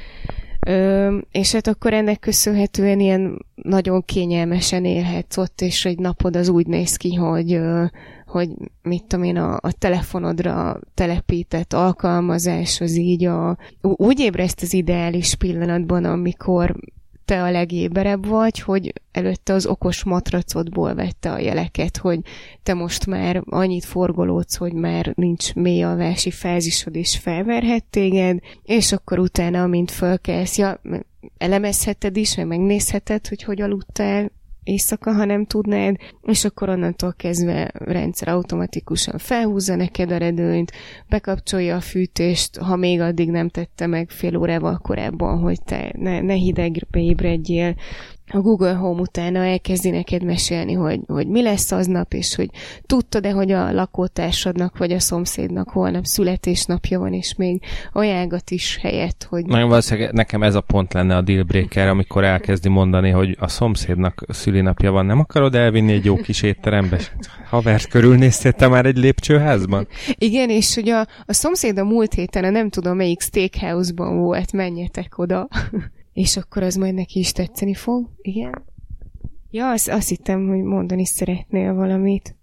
És hát akkor ennek köszönhetően ilyen nagyon kényelmesen élhetsz ott, és egy napod az úgy néz ki, hogy mit tudom én, a telefonodra telepített alkalmazás az így úgy ébreszt az ideális pillanatban, amikor te a legéberebb vagy, hogy előtte az okos matracodból vette a jeleket, hogy te most már annyit forgolódsz, hogy már nincs mély alvási fázisod, és felverhet téged, és akkor utána, amint fölkelsz, elemezheted is, meg megnézheted, hogy aludtál éjszaka, ha nem tudnád, és akkor onnantól kezdve a rendszer automatikusan felhúzza neked a redőnyt, bekapcsolja a fűtést, ha még addig nem tette meg fél órával korábban, hogy te ne hidegbe ébredjél. A Google Home utána elkezdi neked mesélni, hogy mi lesz aznap, és hogy tudtad-e, hogy a lakótársadnak vagy a szomszédnak holnap születésnapja van, és még ajánlgat is helyett, hogy... Nagyon valószínűleg nekem ez a pont lenne a dealbreaker, amikor elkezdi mondani, hogy a szomszédnak szülinapja van, nem akarod elvinni egy jó kis étterembe? Havert körülnéztél te már egy lépcsőházban? Igen, és hogy a szomszéd a múlt héten, nem tudom melyik steakhouse-ban volt, menjetek oda. És akkor az majd neki is tetszeni fog. Igen? Ja, azt hittem, hogy mondani szeretnél valamit.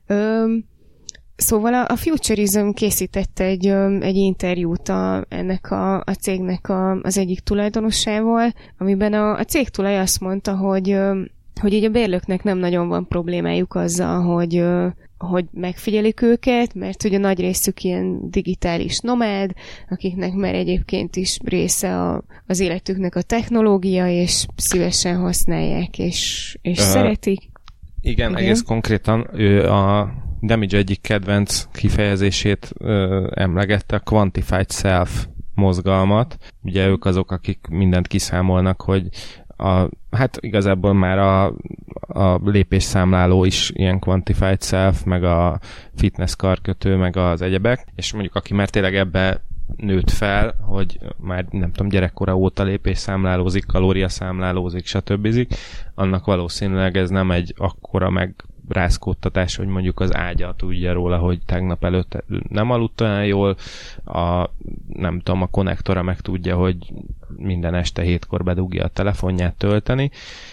Szóval a Futurism készítette egy interjút ennek a cégnek az egyik tulajdonosával, amiben a cég tulaj azt mondta, hogy így a bérlőknek nem nagyon van problémájuk azzal, hogy megfigyelik őket, mert ugye nagy részük ilyen digitális nomád, akiknek már egyébként is része az életüknek a technológia, és szívesen használják, és szeretik. Igen, egész konkrétan ő a Damage egyik kedvenc kifejezését emlegette, a Quantified Self mozgalmat. Ugye ők azok, akik mindent kiszámolnak, hogy hát igazából már a lépésszámláló is ilyen quantified self, meg a fitness karkötő, meg az egyebek, és mondjuk aki már tényleg ebbe nőtt fel, hogy már nem tudom, gyerekkora óta lépésszámlálózik, kalóriaszámlálózik, stb. Annak valószínűleg ez nem egy akkora megrázkódtatás, hogy mondjuk az ágya tudja róla, hogy tegnap előtt nem aludt olyan jól, nem tudom, a konnektora meg tudja, hogy minden este 7-kor bedugja a telefonját tölteni.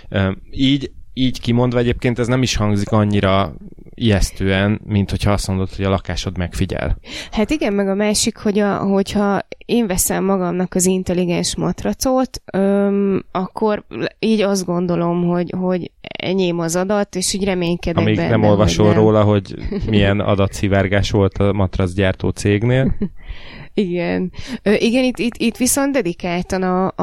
Így kimondva egyébként ez nem is hangzik annyira ijesztően, mint hogyha azt mondod, hogy a lakásod megfigyel. Hát igen, meg a másik, hogyha én veszem magamnak az intelligens matracot, akkor így azt gondolom, hogy enyém az adat, és így reménykedek benne. Amíg nem olvasol róla, hogy milyen adatszivárgás volt a matracgyártó cégnél. Igen. Igen, itt viszont dedikáltan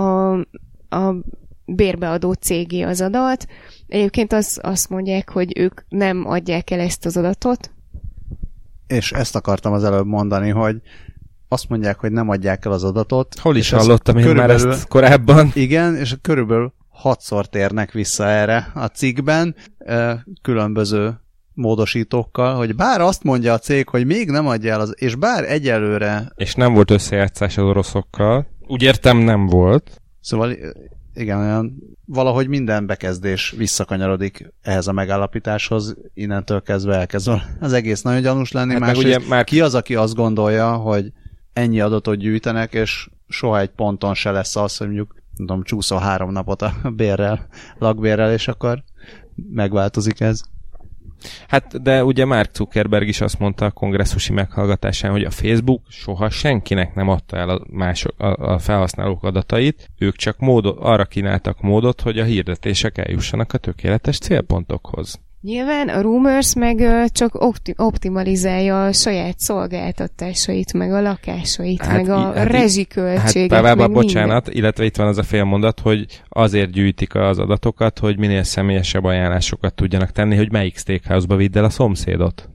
a bérbeadó cégé az adat. Egyébként azt mondják, hogy ők nem adják el ezt az adatot. És ezt akartam az előbb mondani, hogy azt mondják, hogy nem adják el az adatot. Hol is hallottam én már ezt korábban? Igen, és körülbelül 6-szor térnek vissza erre a cikkben, különböző módosítókkal, hogy bár azt mondja a cég, hogy még nem adja el, és bár egyelőre... És nem volt összejátszás az oroszokkal. Úgy értem, nem volt. Szóval igen, olyan valahogy minden bekezdés visszakanyarodik ehhez a megállapításhoz, innentől kezdve elkezd az egész nagyon gyanús lenni. Hát másrészt már... ki az, aki azt gondolja, hogy ennyi adatot gyűjtenek, és soha egy ponton se lesz az, hogy mondjuk tudom, csúszol 3 napot a lakbérrel, és akkor megváltozik ez. Hát, de ugye Mark Zuckerberg is azt mondta a kongresszusi meghallgatásán, hogy a Facebook soha senkinek nem adta el a felhasználók adatait, ők csak arra kínáltak módot, hogy a hirdetések eljussanak a tökéletes célpontokhoz. Nyilván a Rumors meg csak optimalizálja a saját szolgáltatásait, meg a lakásait, meg a rezsiköltséget, meg bocsánat, minden. illetve itt van az a félmondat, hogy azért gyűjtik az adatokat, hogy minél személyesebb ajánlásokat tudjanak tenni, hogy melyik steakhouse-ba vidd el a szomszédot.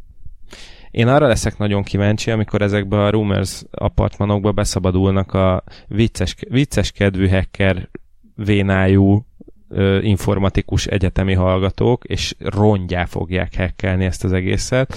Én arra leszek nagyon kíváncsi, amikor ezekbe a Rumors apartmanokba beszabadulnak a vicces kedvű hacker vénájú informatikus egyetemi hallgatók, és rongyá fogják hackelni ezt az egészet,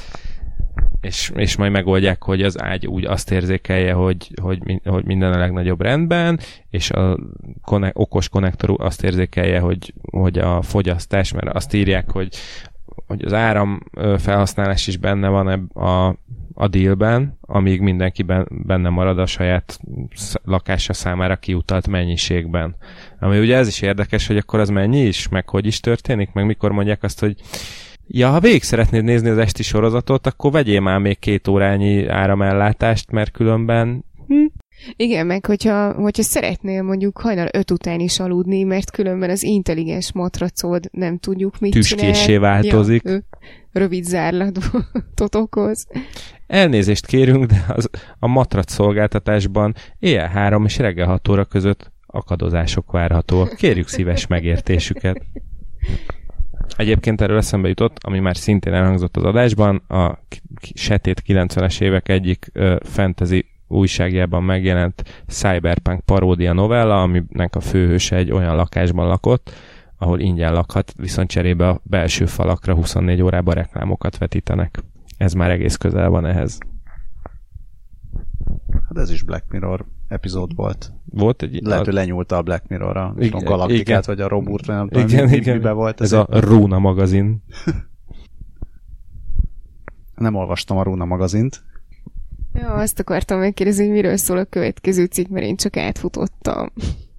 és majd megoldják, hogy az ágy úgy azt érzékelje, hogy minden a legnagyobb rendben, és a okos konnektor azt érzékelje, hogy a fogyasztás, mert azt írják, hogy az áram felhasználás is benne van a dealben, amíg mindenki benne marad a saját lakása számára kiutalt mennyiségben. Ami ugye ez is érdekes, hogy akkor az mennyi is, meg hogy is történik, meg mikor mondják azt, hogy ja, ha végig szeretnéd nézni az esti sorozatot, akkor vegyél már még 2 órányi áramellátást, mert különben... Igen, meg hogyha szeretnél mondjuk hajnal 5 után is aludni, mert különben az intelligens matracod nem tudjuk mit csinál. Tüskéssé változik. Ja, rövid zárlatot okoz. Elnézést kérünk, de a matrac szolgáltatásban éjjel 3 és reggel 6 óra között akadozások várhatóak. Kérjük szíves megértésüket. Egyébként erről eszembe jutott, ami már szintén elhangzott az adásban, a sötét 90-es évek egyik fantasy újságjában megjelent Cyberpunk paródia novella, aminek a főhőse egy olyan lakásban lakott, ahol ingyen lakhat, viszont cserébe a belső falakra 24 órában reklámokat vetítenek. Ez már egész közel van ehhez. Hát ez is Black Mirror epizód volt. Volt egy... Lehet, hogy lenyúlta a Black Mirror a galaktikát, vagy a Roburt, nem tudom, miben volt. Ez a Runa magazin. Nem olvastam a Runa magazint. Ja, azt akartam megkérdezni, hogy miről szól a következő cikk, mert én csak átfutottam.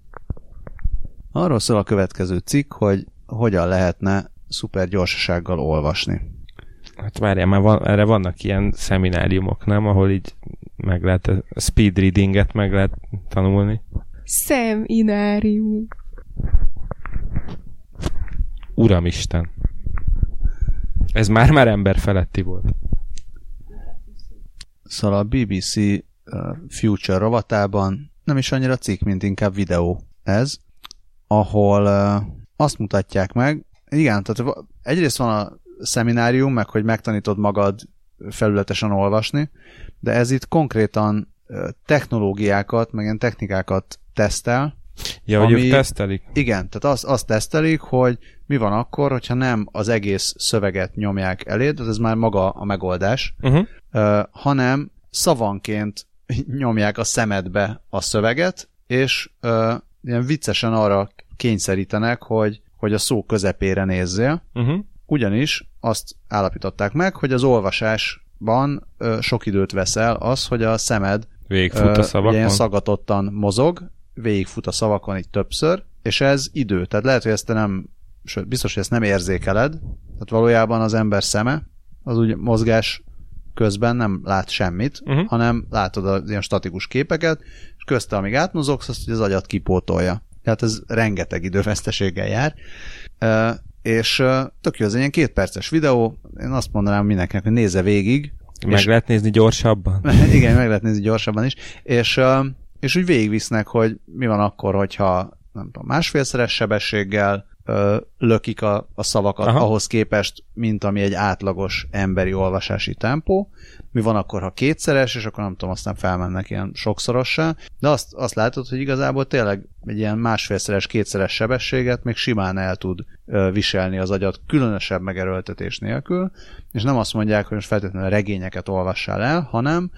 Arról szól a következő cikk, hogy hogyan lehetne szuper gyorsasággal olvasni. Hát várjál, már erre vannak ilyen szemináriumok, nem? Ahol így meg lehet a speed readinget meg lehet tanulni. Szeminárium. Uramisten. Ez már ember feletti volt. Szóval a BBC Future rovatában nem is annyira cikk, mint inkább videó ez, ahol azt mutatják meg, igen, tehát egyrészt van a szeminárium, meg hogy megtanítod magad felületesen olvasni, de ez itt konkrétan technológiákat, meg ilyen technikákat tesztel. Ja, hogy ők tesztelik. Igen, tehát azt tesztelik, hogy mi van akkor, hogyha nem az egész szöveget nyomják eléd, tehát ez már maga a megoldás, hanem szavanként nyomják a szemedbe a szöveget, és ilyen viccesen arra kényszerítenek, hogy a szó közepére nézzél. Ugyanis azt állapították meg, hogy az olvasásban sok időt veszel az, hogy a szemed végigfut a szavakon. Ilyen szagatottan mozog, végigfut a szavakon így többször, és ez idő. Tehát lehet, hogy ezt te nem, sőt, biztos, hogy ezt nem érzékeled, tehát valójában az ember szeme az úgy mozgás közben nem lát semmit, hanem látod az ilyen statikus képeket, és közte, amíg átmozogsz, azt az agyat kipótolja. Tehát ez rengeteg időveszteséggel jár. És tök jó, ez egy ilyen 2 perces videó, én azt mondanám mindenkinek, hogy nézze végig. Meg lehet nézni gyorsabban? Igen, meg lehet nézni gyorsabban is. És úgy végigvisznek, hogy mi van akkor, hogyha nem tudom, 1,5-szeres sebességgel lökik a szavakat ahhoz képest, mint ami egy átlagos emberi olvasási tempó. Mi van akkor, ha 2-szeres, és akkor nem tudom, aztán felmennek ilyen sokszorossá. De azt látod, hogy igazából tényleg egy ilyen 1,5-szeres, 2-szeres sebességet még simán el tud viselni az agyat, különösebb megerőltetés nélkül, és nem azt mondják, hogy most feltétlenül regényeket olvassál el, hanem,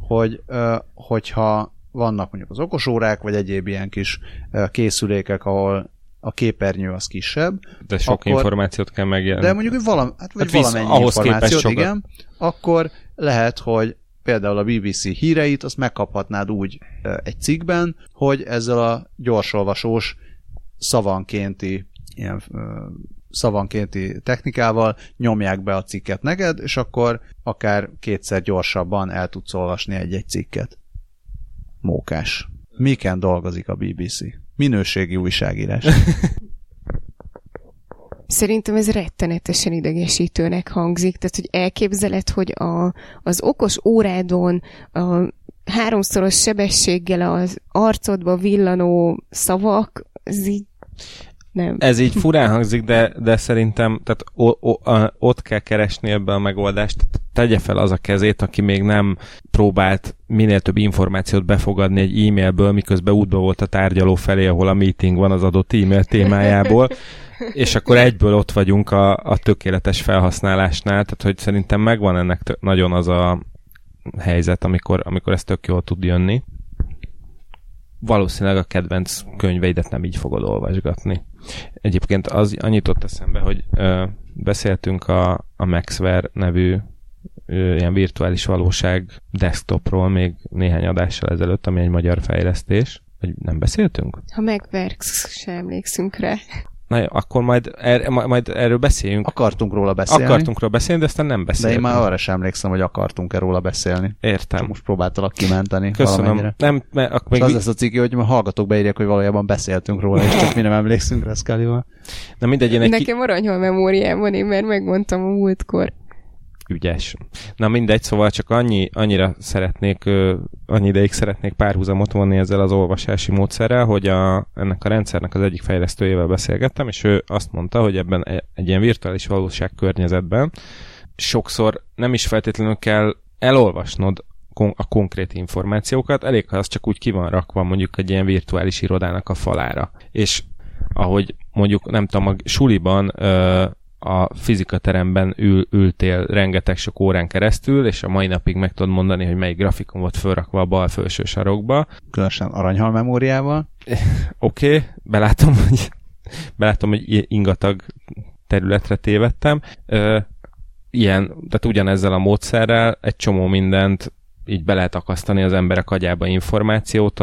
hogyha vannak mondjuk az okosórák, vagy egyéb ilyen kis készülékek, ahol a képernyő az kisebb. De sok információt kell megjelenni. De mondjuk, hogy valamennyi információt, igen, akkor lehet, hogy például a BBC híreit azt megkaphatnád úgy egy cikkben, hogy ezzel a gyorsolvasós szavankénti ilyen szavankénti technikával nyomják be a cikket neked, és akkor akár kétszer gyorsabban el tudsz olvasni egy-egy cikket. Mókás. Miken dolgozik a BBC? Minőségi újságírás. Szerintem ez rettenetesen idegesítőnek hangzik. Tehát, hogy elképzeled, hogy az okos órádon a 3-szoros sebességgel az arcodba villanó szavak, ez így nem. Ez így furán hangzik, de szerintem tehát ott kell keresni ebbe a megoldást. Tegye fel az a kezét, aki még nem próbált minél több információt befogadni egy e-mailből, miközben útba volt a tárgyaló felé, ahol a meeting van az adott e-mail témájából, és akkor egyből ott vagyunk a tökéletes felhasználásnál, tehát hogy szerintem megvan ennek nagyon az a helyzet, amikor ez tök jól tud jönni. Valószínűleg a kedvenc könyveidet nem így fogod olvasgatni. Egyébként az annyit ott eszembe, hogy beszéltünk a Maxware nevű ilyen virtuális valóság desktopról még néhány adással ezelőtt, ami egy magyar fejlesztés. Vagy nem beszéltünk? Ha megversz, sem emlékszünk rá. Na jó, akkor majd erről beszéljünk. Akartunk róla beszélni, de aztán nem beszéltünk. De én már arra sem emlékszem, hogy akartunk-e róla beszélni. Értem. Csak most próbáltalak kimenteni. Köszönöm. Nem, és az lesz a cikk, hogy a hallgatók beírják, hogy valójában beszéltünk róla, és csak mi nem emlékszünk rá Szkálival. Na mindegy, nekem aranyhal memóriám én már megmondtam a múltkor. Ügyes. Na mindegy, szóval csak annyira szeretnék, annyi ideig szeretnék párhuzamot vonni ezzel az olvasási módszerrel, hogy ennek a rendszernek az egyik fejlesztőjével beszélgettem, és ő azt mondta, hogy ebben egy ilyen virtuális valóság környezetben sokszor nem is feltétlenül kell elolvasnod a konkrét információkat, elég, ha az csak úgy ki van rakva mondjuk egy ilyen virtuális irodának a falára. És ahogy mondjuk, nem tudom, a suliban a fizikateremben ültél rengeteg sok órán keresztül, és a mai napig meg tudod mondani, hogy melyik grafikon volt fölrakva a bal felső sarokba. Különösen aranyhal memóriával. Oké, belátom, hogy ingatag területre tévedtem. Tehát ugyanezzel a módszerrel egy csomó mindent így be lehet akasztani az emberek agyába információt,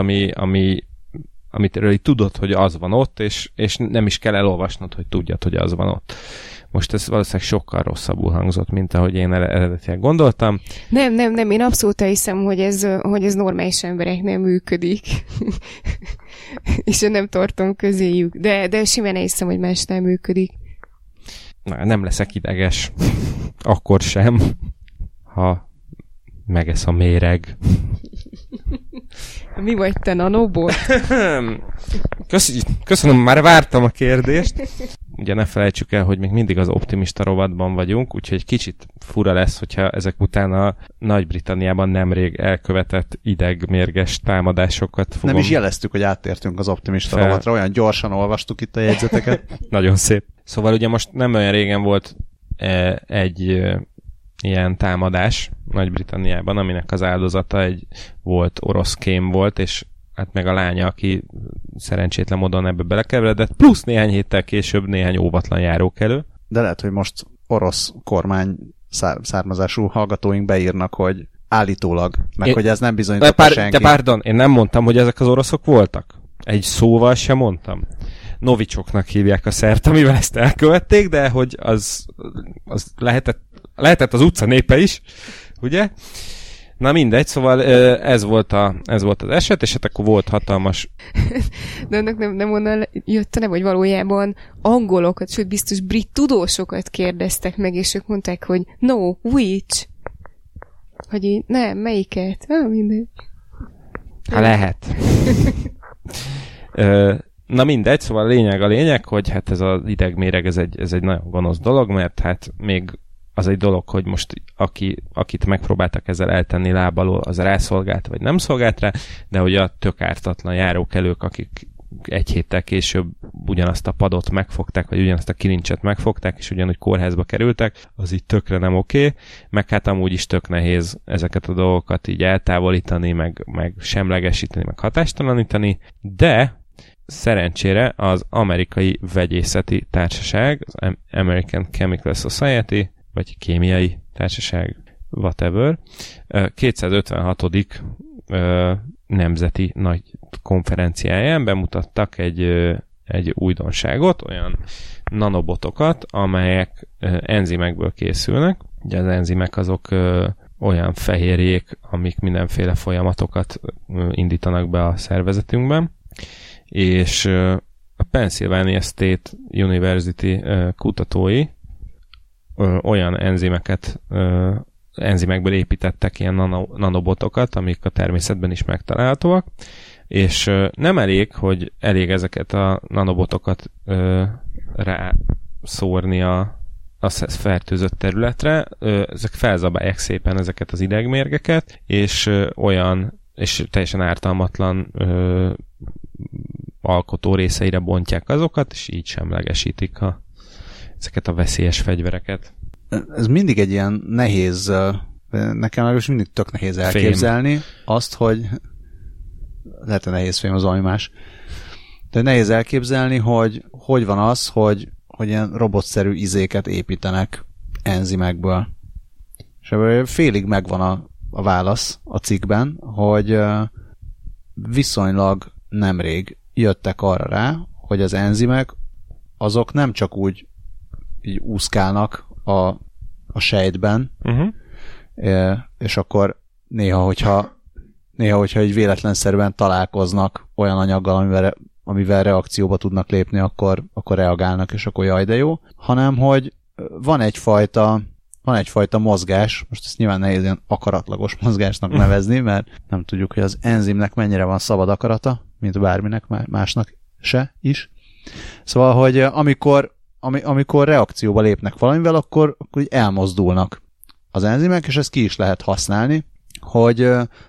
amitről így tudod, hogy az van ott, és nem is kell elolvasnod, hogy tudjad, hogy az van ott. Most ez valószínűleg sokkal rosszabbul hangzott, mint ahogy én eredetileg gondoltam. Nem, én abszolút hiszem, hogy ez normális embereknél működik. És én nem tartom közéjük. De simán hiszem, hogy másnál működik. Na, nem leszek ideges. Akkor sem, ha megesz a méreg. Mi vagy te, nanobot? Köszönöm, már vártam a kérdést. Ugye ne felejtsük el, hogy még mindig az optimista rovatban vagyunk, úgyhogy kicsit fura lesz, hogyha ezek után a Nagy-Britanniában nemrég elkövetett idegmérges támadásokat fogom... Nem is jeleztük, hogy áttértünk az optimista rovatra, olyan gyorsan olvastuk itt a jegyzeteket. Nagyon szép. Szóval ugye most nem olyan régen volt egy ilyen támadás Nagy-Britanniában, aminek az áldozata volt orosz kém volt, és hát meg a lánya, aki szerencsétlen módon ebbe belekeveredett, plusz néhány héttel később néhány óvatlan járókelő. De lehet, hogy most orosz kormány származású hallgatóink beírnak, hogy állítólag, hogy ez nem bizonyította senki. De pardon, én nem mondtam, hogy ezek az oroszok voltak. Egy szóval sem mondtam. Novicsoknak hívják a szert, amivel ezt elkövették, de hogy az lehetett az utca népe is, ugye? Na mindegy, szóval ez volt az eset, és hát akkor volt hatalmas... De ennek nem onnan jött, nem, hogy valójában angolokat, sőt biztos brit tudósokat kérdeztek meg, és ők mondták, hogy no, which? Hogy így, nem, melyiket? Mindegy. Hát lehet. Na mindegy, szóval a lényeg, hogy hát ez az idegméreg, ez egy nagyon gonosz dolog, mert hát még az egy dolog, hogy most akit megpróbáltak ezzel eltenni lábalól, az rászolgált, vagy nem szolgált rá, de hogy a tök ártatlan járókelők, akik egy héttel később ugyanazt a padot megfogták, vagy ugyanazt a kilincset megfogták, és ugyanúgy kórházba kerültek, az így tökre nem oké, meg hát amúgy is tök nehéz ezeket a dolgokat így eltávolítani, meg semlegesíteni, meg hatástalanítani, de szerencsére az amerikai vegyészeti társaság, az American Chemical Society, vagy kémiai társaság, whatever, 256. nemzeti nagy konferenciáján bemutattak egy egy újdonságot, olyan nanobotokat, amelyek enzimekből készülnek. Ugye az enzimek azok olyan fehérjék, amik mindenféle folyamatokat indítanak be a szervezetünkben, és a Pennsylvania State University kutatói olyan enzimekből építettek ilyen nanobotoka, amik a természetben is megtalálhatóak, és nem elég ezeket a nanobotokat rászórni a fertőzött területre, ezek felzabálják szépen ezeket az idegmérgeket, és teljesen ártalmatlan alkotó részeire bontják azokat, és így semlegesítik ezeket a veszélyes fegyvereket. Ez mindig egy ilyen nehéz, nekem legalábbis mindig tök nehéz elképzelni azt, hogy lehet, hogy nehéz fém az valami más, de nehéz elképzelni, hogy van az, hogy ilyen robotszerű izéket építenek enzimekből. És ebből félig megvan a válasz a cikkben, hogy viszonylag nemrég jöttek arra rá, hogy az enzimek azok nem csak úgy így úszkálnak a sejtben, és akkor néha, hogyha így véletlenszerűen találkoznak olyan anyaggal, amivel reakcióba tudnak lépni, akkor reagálnak, és akkor jaj, de jó, hanem hogy van egyfajta mozgás, most ezt nyilván nehéz ilyen akaratlagos mozgásnak nevezni, mert nem tudjuk, hogy az enzimnek mennyire van szabad akarata, mint bárminek másnak se is. Szóval, hogy amikor reakcióba lépnek valamivel, akkor így elmozdulnak az enzimek, és ezt ki is lehet használni, hogy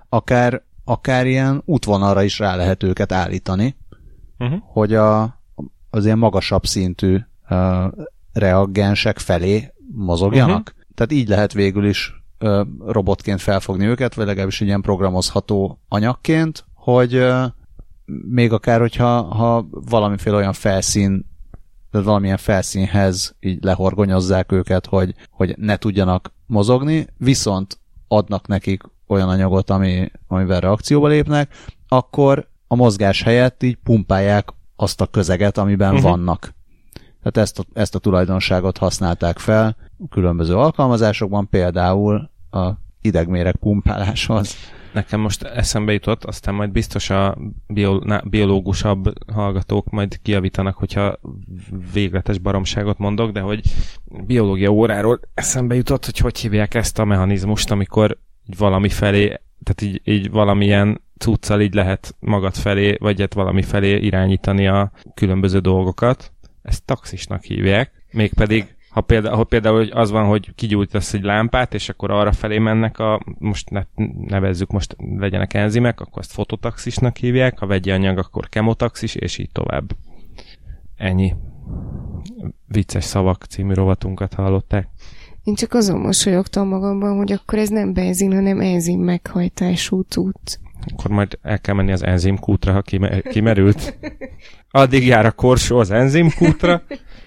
akár ilyen útvonalra is rá lehet őket állítani, hogy az ilyen magasabb szintű reagensek felé mozogjanak. Tehát így lehet végül is robotként felfogni őket, vagy legalábbis egy ilyen programozható anyagként, hogy még akár, hogyha valamiféle olyan tehát valamilyen felszínhez így lehorgonyozzák őket, hogy ne tudjanak mozogni, viszont adnak nekik olyan anyagot, amivel reakcióba lépnek, akkor a mozgás helyett így pumpálják azt a közeget, amiben vannak. Tehát ezt a tulajdonságot használták fel különböző alkalmazásokban, például a idegméreg pumpáláshoz. Nekem most eszembe jutott, aztán majd biztos a biológusabb hallgatók majd kijavítanak, hogyha végletes baromságot mondok, de hogy biológia óráról eszembe jutott, hogy hívják ezt a mechanizmust, amikor valami felé, tehát így valamilyen cuccal így lehet magad felé, vagy hát valami felé irányítani a különböző dolgokat. Ezt taxisnak hívják. Mégpedig, ha például hogy az van, hogy kigyújtasz egy lámpát, és akkor arra felé mennek most nevezzük, most legyenek enzimek, akkor ezt fototaxisnak hívják, ha vegyi anyag, akkor kemotaxis, és így tovább. Ennyi. Vicces szavak című rovatunkat hallották. Én csak azon mosolyogtam magamban, hogy akkor ez nem benzin, hanem enzim meghajtású cucc. Akkor majd el kell menni az enzimkútra, ha kimerült. Addig jár a korsó az enzimkútra.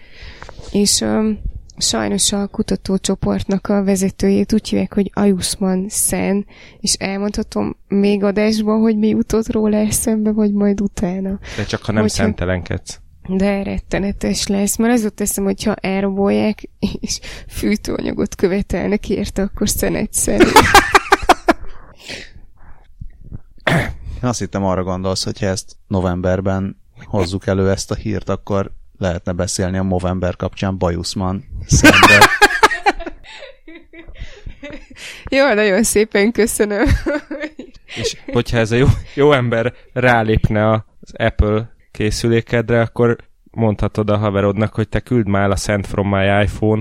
És sajnos a kutatócsoportnak a vezetőjét úgy hívják, hogy Ayusman Sen, és elmondhatom még adásban, hogy mi jutott róla eszembe, vagy majd utána. De csak ha nem szentelenkedsz. De rettenetes lesz, mert az ott eszem, hogyha elrabolják, és fűtőanyagot követelnek érte, akkor szenegyszerű. Én azt hittem, arra gondolsz, hogyha ezt novemberben hozzuk elő ezt a hírt, akkor lehetne beszélni a Movember kapcsán Bajusman szemben. Jó, nagyon szépen köszönöm. És hogyha ez a jó ember rálépne az Apple készülékedre, akkor mondhatod a haverodnak, hogy te küld már a Send from my iPhone.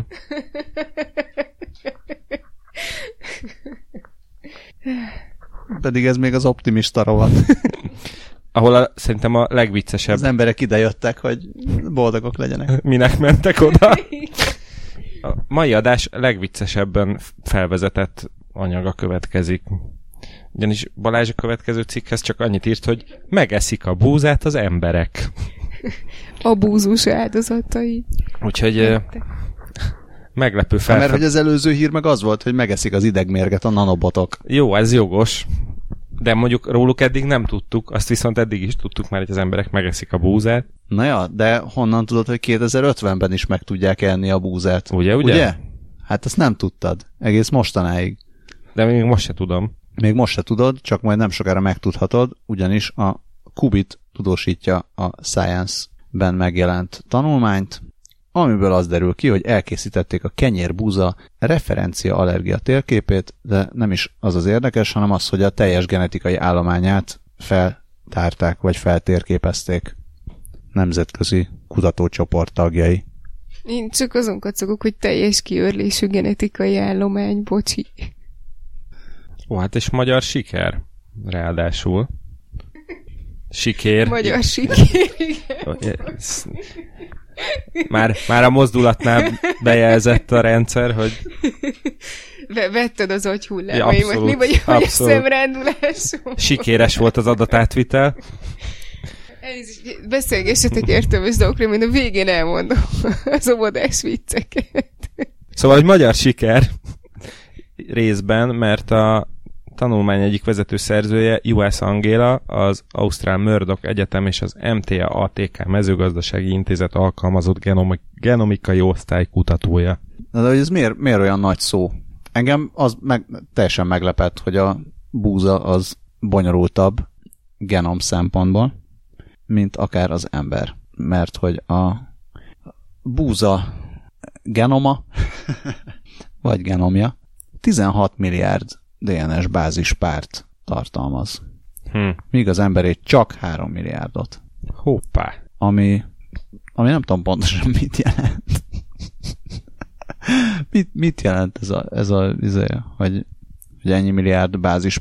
Pedig ez még az optimista rovat. Ahol szerintem a legviccesebb... Az emberek idejöttek, hogy boldogok legyenek. Minek mentek oda? A mai adás legviccesebben felvezetett anyaga következik. Ugyanis Balázs a következő cikkhez csak annyit írt, hogy megeszik a búzát az emberek. A búzus áldozatai. Úgyhogy meglepő Mert hogy az előző hír meg az volt, hogy megeszik az idegmérget a nanobotok. Jó, ez jogos. De mondjuk róluk eddig nem tudtuk, azt viszont eddig is tudtuk már, hogy az emberek megeszik a búzát. Na ja, de honnan tudod, hogy 2050-ben is meg tudják enni a búzát? Ugye? Hát ezt nem tudtad. Egész mostanáig. De még most se tudom. Még most se tudod, csak majd nem sokára megtudhatod, ugyanis a Qubit tudósítja a Science-ben megjelent tanulmányt, amiből az derül ki, hogy elkészítették a kenyérbúza referencia allergia térképét, de nem is az az érdekes, hanem az, hogy a teljes genetikai állományát feltárták, vagy feltérképezték nemzetközi kutatócsoport tagjai. Én csak azon kacagok, hogy teljes kiörlésű genetikai állomány, bocsi. Ó, hát és magyar siker, ráadásul. Sikér. Magyar sikér, igen. Már a mozdulatnál bejelzett a rendszer, hogy... Vetted az agyhullámaimat, mi vagy a szemrándulásom? Sikeres volt az adatátvitel. Beszélgessetek értelmes dolgokra, mint a végén elmondom az óvodás vicceket. Szóval, hogy magyar siker részben, mert a tanulmány egyik vezető szerzője, US Angéla, az Ausztrál Murdoch Egyetem és az MTA ATK Mezőgazdasági Intézet alkalmazott genomikai osztály kutatója. De hogy ez miért olyan nagy szó? Engem az teljesen meglepett, hogy a búza az bonyolultabb genom szempontból, mint akár az ember. Mert hogy a búza genoma, vagy genomja 16 milliárd DNS bázispárt tartalmaz. Míg az emberét csak 3 milliárdot. Hoppá. Ami nem tudom pontosan mit jelent. mit jelent ez a hogy ennyi milliárd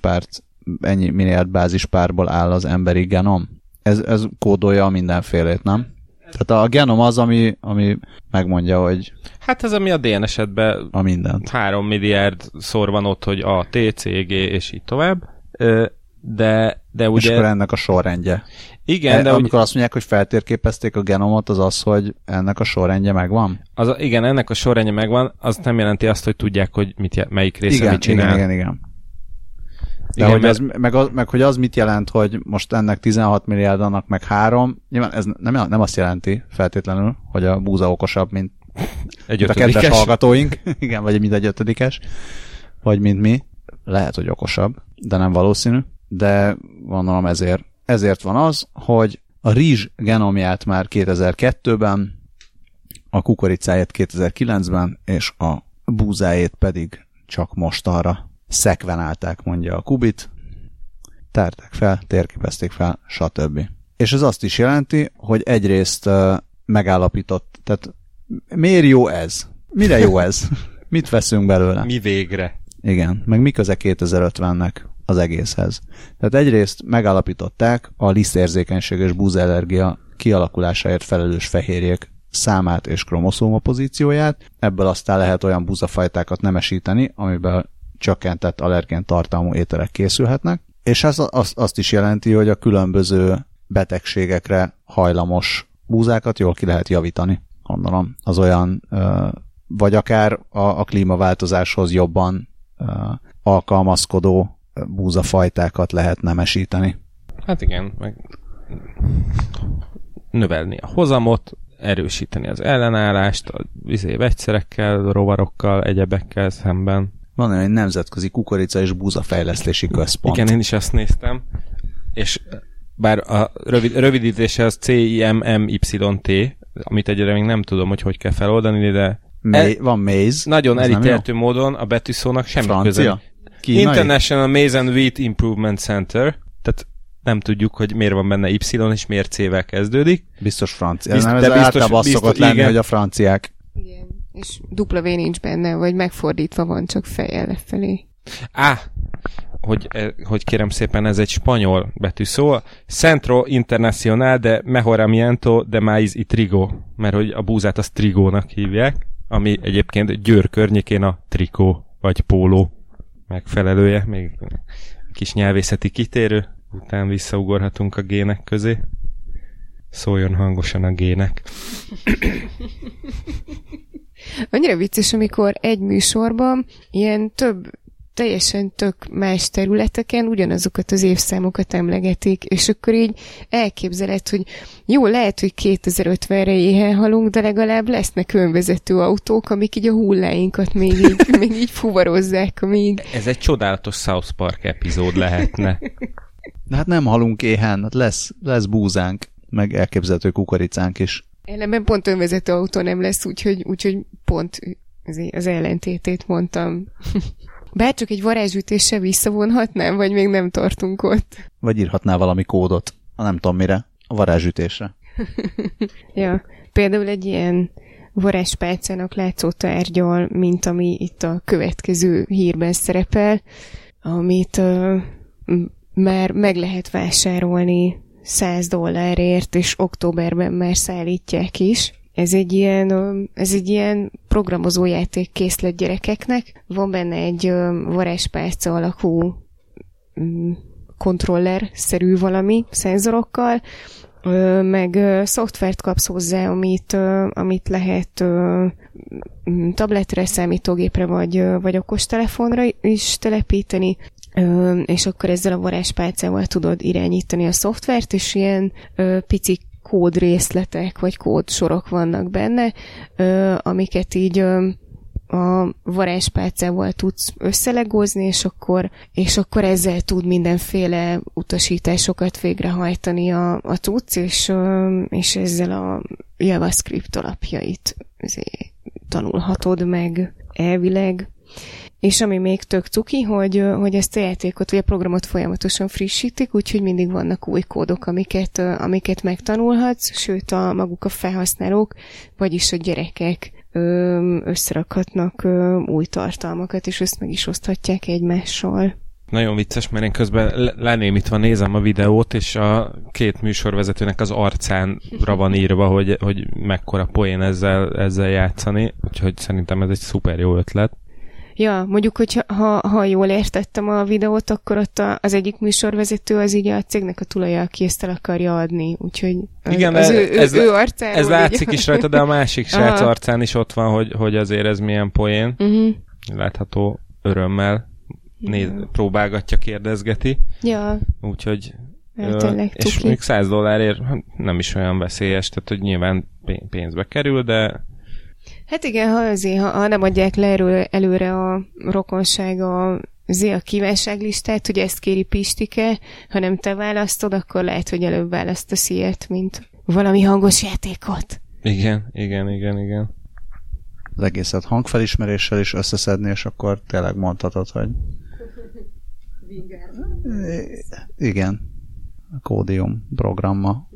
bázispárból áll az emberi genom? Ez kódolja mindenfélét, nem? Tehát a genom az, ami megmondja, hogy... Hát ez, ami a DNS-edben a mindent. 3 milliárd szor van ott, hogy A, T, C, G, és így tovább. De ugye... És akkor ennek a sorrendje. Igen, de... Amikor azt mondják, hogy feltérképezték a genomot, az, hogy ennek a sorrendje megvan? Igen, ennek a sorrendje megvan, az nem jelenti azt, hogy tudják, hogy melyik része mit csinál. Igen. De igen, hogy meg hogy az mit jelent, hogy most ennek 16 milliárd, annak meg 3, nyilván ez nem azt jelenti feltétlenül, hogy a búza okosabb, mint a kedves hallgatóink, igen, vagy mint egy 5-es, vagy mint mi. Lehet, hogy okosabb, de nem valószínű. De gondolom ezért van az, hogy a rizs genomját már 2002-ben, a kukoricáját 2009-ben, és a búzájét pedig csak mostanra szekvenálták, mondja a Qubit, tárták fel, térképezték fel, stb. És ez azt is jelenti, hogy egyrészt megállapított, tehát miért jó ez? Mire jó ez? Mit veszünk belőle? Mi végre? Igen, meg mi köze 2050-nek az egészhez. Tehát egyrészt megállapították a lisztérzékenységes búzaallergia kialakulásáért felelős fehérjék számát és kromoszóma pozícióját, ebből aztán lehet olyan búzafajtákat nemesíteni, amiben csökkentett allergén tartalmú ételek készülhetnek, és ez azt is jelenti, hogy a különböző betegségekre hajlamos búzákat jól ki lehet javítani, gondolom. Az olyan, vagy akár a klímaváltozáshoz jobban alkalmazkodó búzafajtákat lehet nemesíteni. Hát igen, meg növelni a hozamot, erősíteni az ellenállást, a vegyszerekkel, rovarokkal, egyebekkel szemben. Van egy nemzetközi kukorica és búzafejlesztési központ. Igen, én is azt néztem, és bár a rövidítése az CIMMYT, amit egyre még nem tudom, hogy kell feloldani, de van Maize. Nagyon elítéltő módon a betűszónak semmi köze. International Maize and Wheat Improvement Center, tehát nem tudjuk, hogy miért van benne Y, és miért C-vel kezdődik. Biztos francia. Ez általában az szokott lenni, hogy a franciák. Igen, és W nincs benne, vagy megfordítva van, csak fejjel lefelé. Hogy kérem szépen, ez egy spanyol betűszó. Centro Internacional de Mejoramiento de Maíz y Trigo, mert hogy a búzát azt trigónak hívják, ami egyébként Győr környékén a trikó, vagy póló megfelelője, még kis nyelvészeti kitérő, után visszaugorhatunk a gének közé. Szóljon hangosan a gének. Annyira vicces, amikor egy műsorban ilyen több teljesen tök más területeken ugyanazokat az évszámokat emlegetik, és akkor így elképzeled, hogy jó, lehet, hogy 2050-re éhen halunk, de legalább lesznek önvezető autók, amik így a hulláinkat még így fuvarozzák, amíg... Ez egy csodálatos South Park epizód lehetne. De hát nem halunk éhen, hát lesz búzánk, meg elképzelhető kukoricánk is. Ellenben pont önvezető autó nem lesz, úgyhogy pont az ellentétét mondtam. Bárcsak egy varázsütéssel visszavonhatnám, vagy még nem tartunk ott. Vagy írhatnál valami kódot, nem tudom mire, a varázsütésre. Ja, például egy ilyen varázspálcának látszó tárgyal, mint ami itt a következő hírben szerepel, amit már meg lehet vásárolni $100, és októberben már szállítják is. Ez egy ilyen programozójáték készlet gyerekeknek. Van benne egy varázspálca alakú kontroller-szerű valami szenzorokkal, meg szoftvert kapsz hozzá, amit lehet tabletre, számítógépre vagy okostelefonra is telepíteni, és akkor ezzel a varázspálcával tudod irányítani a szoftvert, és ilyen pici kódrészletek, vagy kódsorok vannak benne, amiket így a varázspálcával tudsz összelegózni, és akkor ezzel tud mindenféle utasításokat végrehajtani a cucc, és ezzel a JavaScript alapjait tanulhatod meg elvileg. És ami még tök cuki, hogy ezt a játékot, vagy a programot folyamatosan frissítik, úgyhogy mindig vannak új kódok, amiket megtanulhatsz, sőt maguk a felhasználók, vagyis a gyerekek összerakhatnak új tartalmakat, és ezt meg is oszthatják egymással. Nagyon vicces, mert én közben lenémítva nézem a videót, és a két műsorvezetőnek az arcánra van írva, hogy mekkora poén ezzel játszani, úgyhogy szerintem ez egy szuper jó ötlet. Ja, mondjuk, hogy ha jól értettem a videót, akkor ott az egyik műsorvezető az így a cégnek a tulaja, aki ezt el akarja adni, úgyhogy igen, az ő arcáról... Ez látszik is rajta, de a másik srác arcán is ott van, hogy azért ez milyen poén. Látható örömmel próbálgatja, kérdezgeti. Ja. Úgyhogy... és még $100 nem is olyan veszélyes, tehát hogy nyilván pénzbe kerül, de... Hát igen, ha nem adják le előre a rokonság a kívánságlistát, hogy ezt kéri Pistike, hanem te választod, akkor lehet, hogy előbb választasz ilyet, mint valami hangos játékot. Igen. Az egészet hangfelismeréssel is összeszedni, és akkor tényleg mondhatod, hogy... Igen. A Kódium programma.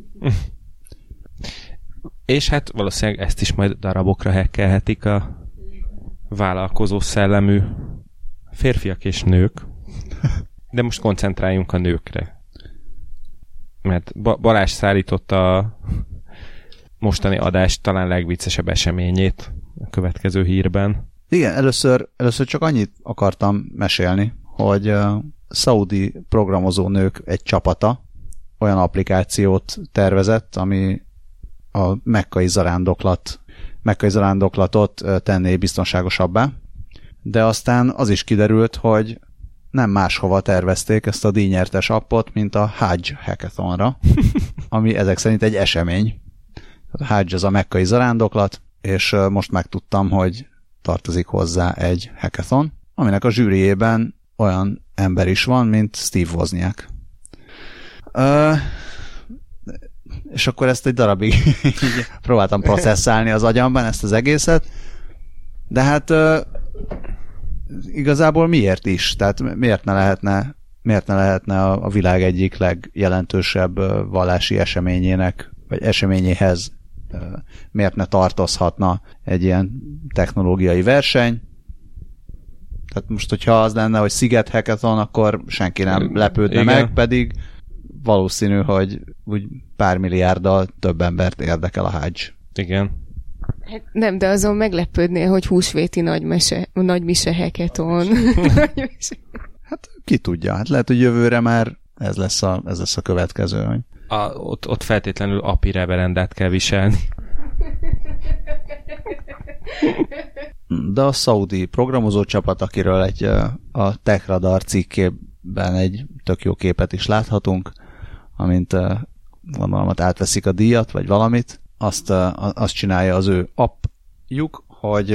És hát valószínűleg ezt is majd darabokra hekkelhetik a vállalkozó szellemű férfiak és nők. De most koncentráljunk a nőkre. Mert Balázs szállította a mostani adás talán legviccesebb eseményét a következő hírben. Igen, először csak annyit akartam mesélni, hogy szaudi programozó nők egy csapata olyan applikációt tervezett, ami a mekkai zarándoklatot tenné biztonságosabbá, de aztán az is kiderült, hogy nem máshova tervezték ezt a díjnyertes appot, mint a Hajj Hackathonra, ami ezek szerint egy esemény. A Hajj az a mekkai zarándoklat, és most megtudtam, hogy tartozik hozzá egy hackathon, aminek a zsűriében olyan ember is van, mint Steve Wozniak. És akkor ezt egy darabig próbáltam processzálni az agyamban, ezt az egészet, de hát igazából miért is? Tehát miért ne lehetne a világ egyik legjelentősebb vallási eseményének, vagy eseményéhez miért ne tartozhatna egy ilyen technológiai verseny? Tehát most, hogyha az lenne, hogy Sziget Hackathon, akkor senki nem lepődne meg, pedig valószínű, hogy úgy pár milliárddal több embert érdekel a Hajj. Igen. Hát nem, de azon meglepődnél, hogy húsvéti nagymise hackathon. Hát ki tudja, hát lehet, hogy jövőre már ez lesz a következő. Hogy... Ott feltétlenül api reverendát kell viselni. de a szaudi programozó csapat, akiről a TechRadar cikkében egy tök jó képet is láthatunk, amint gondolom, átveszik a díjat, vagy valamit, azt csinálja az ő appjuk, hogy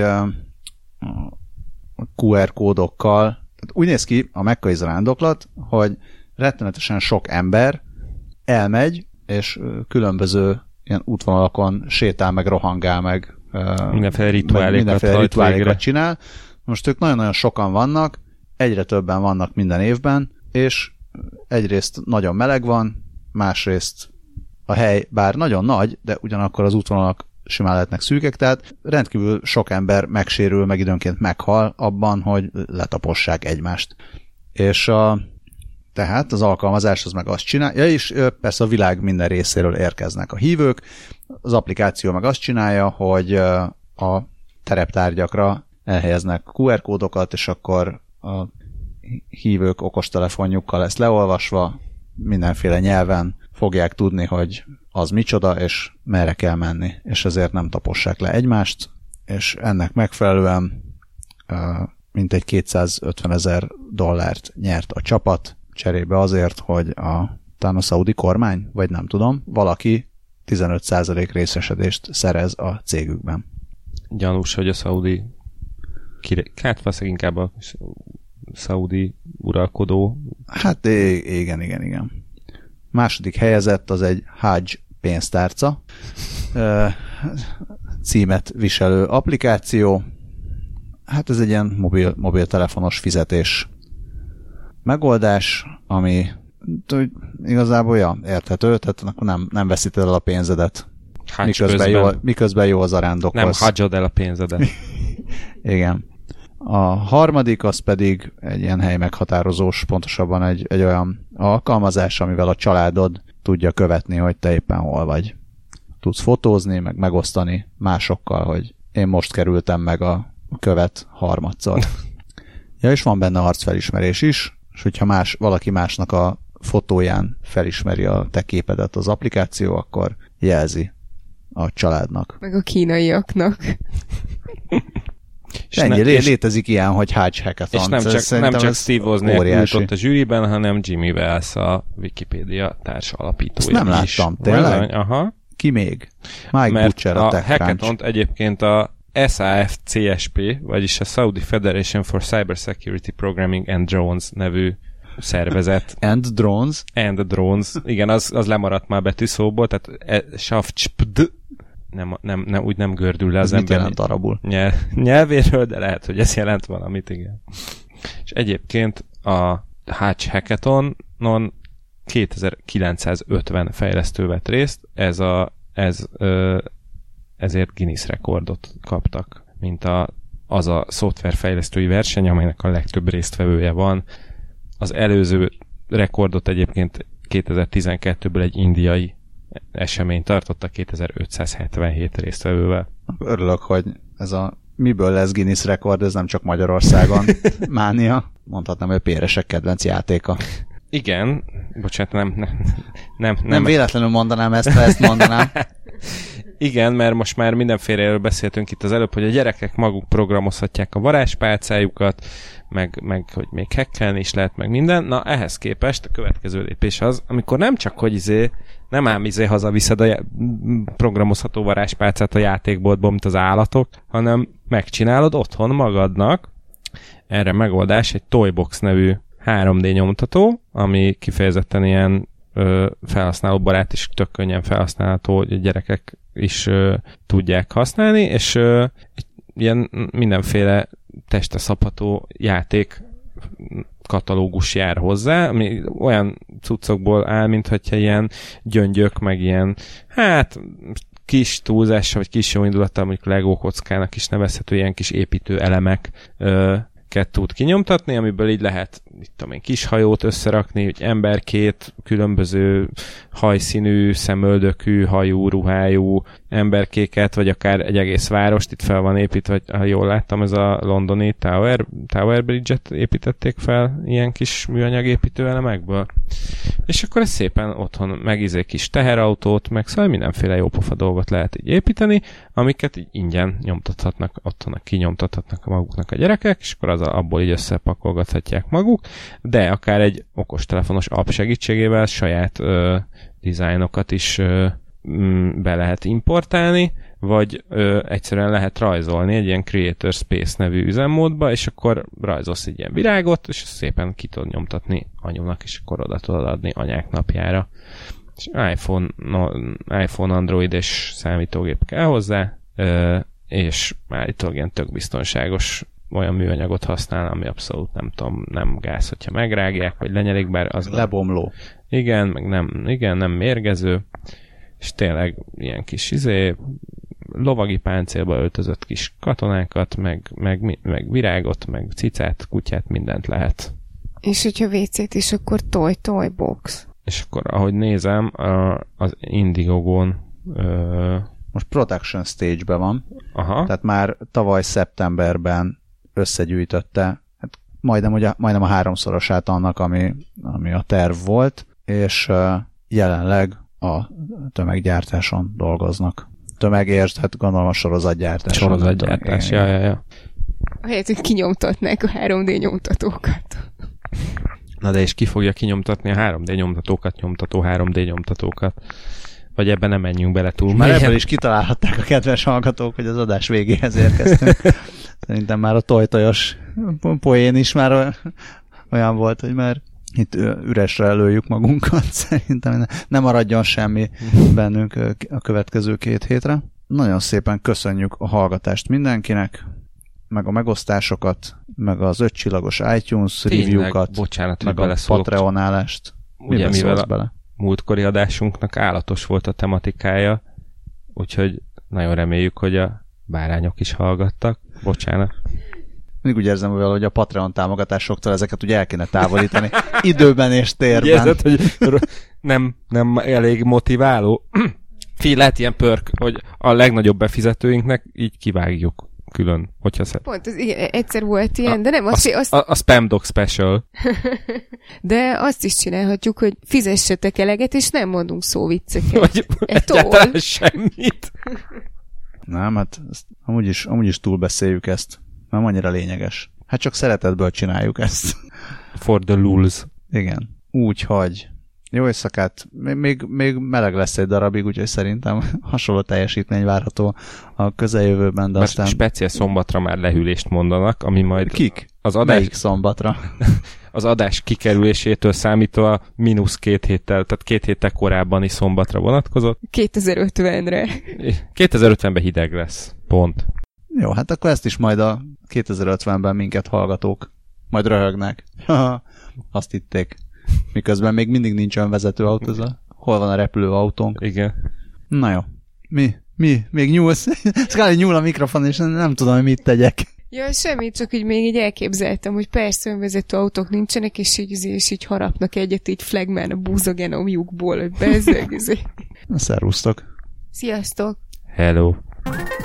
QR kódokkal, úgy néz ki a mekkai zarándoklat, hogy rettenetesen sok ember elmegy, és különböző ilyen útvonalakon sétál, meg rohangál, meg mindenféle rituálékat csinál. Most ők nagyon-nagyon sokan vannak, egyre többen vannak minden évben, és egyrészt nagyon meleg van, másrészt a hely bár nagyon nagy, de ugyanakkor az útvonalak simán lehetnek szűkek, tehát rendkívül sok ember megsérül, meg időnként meghal abban, hogy letapossák egymást. És tehát az alkalmazás az meg azt csinálja, és persze a világ minden részéről érkeznek a hívők, az applikáció meg azt csinálja, hogy a tereptárgyakra elhelyeznek QR kódokat, és akkor a hívők okostelefonjukkal ezt leolvasva mindenféle nyelven fogják tudni, hogy az micsoda, és merre kell menni, és ezért nem tapossák le egymást, és ennek megfelelően mintegy $250,000 nyert a csapat, cserébe azért, hogy talán a szaudi kormány, vagy nem tudom, valaki 15% részesedést szerez a cégükben. Gyanús, hogy a szaudi hát valószínűleg inkább a szaudi uralkodó. Hát igen. Második helyezett az egy Hajj pénztárca címet viselő applikáció. Hát ez egy ilyen mobiltelefonos fizetés megoldás, ami igazából érthető, tehát akkor nem veszíted el a pénzedet. Miközben jó az arándokhoz. Nem hagyod el a pénzedet. Igen. A harmadik az pedig egy ilyen hely meghatározós, pontosabban egy olyan alkalmazás, amivel a családod tudja követni, hogy te éppen hol vagy. Tudsz fotózni, meg megosztani másokkal, hogy én most kerültem meg a követ harmadszor. Ja, és van benne arcfelismerés is, és hogyha valaki másnak a fotóján felismeri a te képedet az applikáció, akkor jelzi a családnak. Meg a kínaiaknak. Ennyi, létezik ilyen, hogy Hajj Hackathon. És nem csak Steve Wozniak ült ott a zsűriben, hanem Jimmy Wales, a Wikipedia társalapítója. Ezt nem láttam, tényleg? Aha. Ki még? Mike Butcher a TechCrunch. A Hackathont egyébként a SAF-CSP, vagyis a Saudi Federation for Cybersecurity Programming and Drones nevű szervezet. And Drones? And Drones. Igen, az lemaradt már betűszóból, tehát SAF-CSPD nem, úgy nem gördül le az ember. Mit jelent arabul? Nyelvéről, de lehet, hogy ez jelent valamit, igen. És egyébként a Hajj Hackathonon 2950 fejlesztő vett részt, ezért Guinness rekordot kaptak, mint az a szoftverfejlesztői verseny, amelynek a legtöbb résztvevője van. Az előző rekordot egyébként 2012-ből egy indiai esemény tartotta 2577 résztvevővel. Örülök, hogy ez miből lesz Guinness rekord, ez nem csak Magyarországon mánia. Mondhatnám, hogy a péresek kedvenc játéka. Igen, bocsánat, nem véletlenül mondanám ezt, ha ezt mondanám. Igen, mert most már mindenféleről beszéltünk itt az előbb, hogy a gyerekek maguk programozhatják a varázspálcájukat, meg hogy még hackelni is lehet, meg minden. Na, ehhez képest a következő lépés az, amikor nem csak, hogy nem ám hazaviszed a programozható varázspálcát a játékboltból, mint az állatok, hanem megcsinálod otthon magadnak. Erre megoldás egy Toybox nevű 3D nyomtató, ami kifejezetten ilyen felhasználóbarát és tök könnyen felhasználható, hogy a gyerekek is tudják használni, és ilyen mindenféle testre szabható játék katalógus jár hozzá, ami olyan cuccokból áll, mint hogyha ilyen gyöngyök, meg ilyen, hát kis túlzással, vagy kis jóindulattal, mondjuk Lego kockának is nevezhető ilyen kis építő elemek tud kinyomtatni, amiből így lehet, mit tudom én, kis hajót összerakni, hogy emberkét, különböző hajszínű, szemöldökű, hajú, ruhájú emberkéket, vagy akár egy egész várost, itt fel van építve, ha jól láttam, ez a londoni Tower Bridge-et építették fel ilyen kis műanyag építő elemekből. És akkor ez szépen otthon kis teherautót, meg szóval mindenféle jópofa dolgot lehet így építeni, amiket így ingyen nyomtathatnak, otthon kinyomtathatnak maguknak a gyerekek, és akkor abból így összepakolgathatják maguk, de akár egy okostelefonos app segítségével saját dizájnokat is be lehet importálni, vagy egyszerűen lehet rajzolni egy ilyen Creator Space nevű üzemmódba, és akkor rajzolsz egy ilyen virágot, és szépen ki tudod nyomtatni anyunak, és akkor oda tudod adni anyák napjára. És iPhone, Android és számítógép kell hozzá, és állítólag ilyen tök biztonságos olyan műanyagot használ, ami abszolút nem gáz, hogyha megrágják, vagy lenyelik, bár az lebomló. Igen, meg nem mérgező, és tényleg ilyen kis lovagi páncélba öltözött kis katonákat, meg virágot, meg cicát, kutyát, mindent lehet. És hogyha WC-t is, akkor toy box. És akkor, ahogy nézem, az Indiegogon most Production Stage-ben van. Aha. Tehát már tavaly szeptemberben összegyűjtötte majdnem a 3-szorosát annak, ami a terv volt, és jelenleg a tömeggyártáson dolgoznak. Tömegértsd, hát gondolom a sorozatgyártás. Sorozatgyártás, ja. Ahelyett, hogy kinyomtatnák a 3D nyomtatókat. Na de és ki fogja kinyomtatni a 3D nyomtatókat, nyomtató 3D nyomtatókat? Vagy ebben nem menjünk bele túl. Már ebből is kitalálhatták a kedves hallgatók, hogy az adás végéhez érkeztünk. Szerintem már a tojtojos poén is már olyan volt, hogy már itt üresre előjük magunkat. Szerintem nem maradjon semmi bennünk a következő 2 hétre. Nagyon szépen köszönjük a hallgatást mindenkinek, meg a megosztásokat, meg az 5 csillagos iTunes review-kat, bocsánat, meg a Patreonálást. Ugye, mivel a múltkori adásunknak állatos volt a tematikája, úgyhogy nagyon reméljük, hogy a bárányok is hallgattak. Bocsánat. Mindig úgy érzem, hogy a Patreon támogatásoktól ezeket ugye el kéne távolítani. Időben és térben. Érzed, hogy nem elég motiváló? Lehet ilyen perk, hogy a legnagyobb befizetőinknek így kivágjuk külön, hogyha Pont, igen, egyszer volt ilyen, de nem a Spam Dog Special. De azt is csinálhatjuk, hogy fizessetek eleget, és nem mondunk szóvicceket. Vagy egyáltalán semmit. Nem, hát amúgy is túlbeszéljük ezt. Nem annyira lényeges. Hát csak szeretetből csináljuk ezt. For the lulz. Igen. Úgyhogy jó éjszakát. Még meleg lesz egy darabig, úgyhogy szerintem hasonló teljesítmény várható a közeljövőben. De aztán... speciál szombatra már lehűlést mondanak, ami majd... Kik? Az adás... Melyik szombatra? Az adás kikerülésétől számítva -2 héttel, tehát 2 héttel korábbani szombatra vonatkozott. 2050-re. 2050-ben hideg lesz. Pont. Jó, hát akkor ezt is majd a 2050-ben minket hallgatók majd röhögnek. Azt hitték. Miközben még mindig nincs önvezető autó. Hol van a repülőautónk? Igen. Na jó. Mi? Még nyúlsz? Szkáli nyúl a mikrofon, és nem tudom, hogy mit tegyek. Ja, semmit, csak így még így elképzeltem, hogy persze önvezető autók nincsenek, és így harapnak egyet így flagman a búzagenomjukból, hogy bezzeg. Szervusztok. Sziasztok. Hello.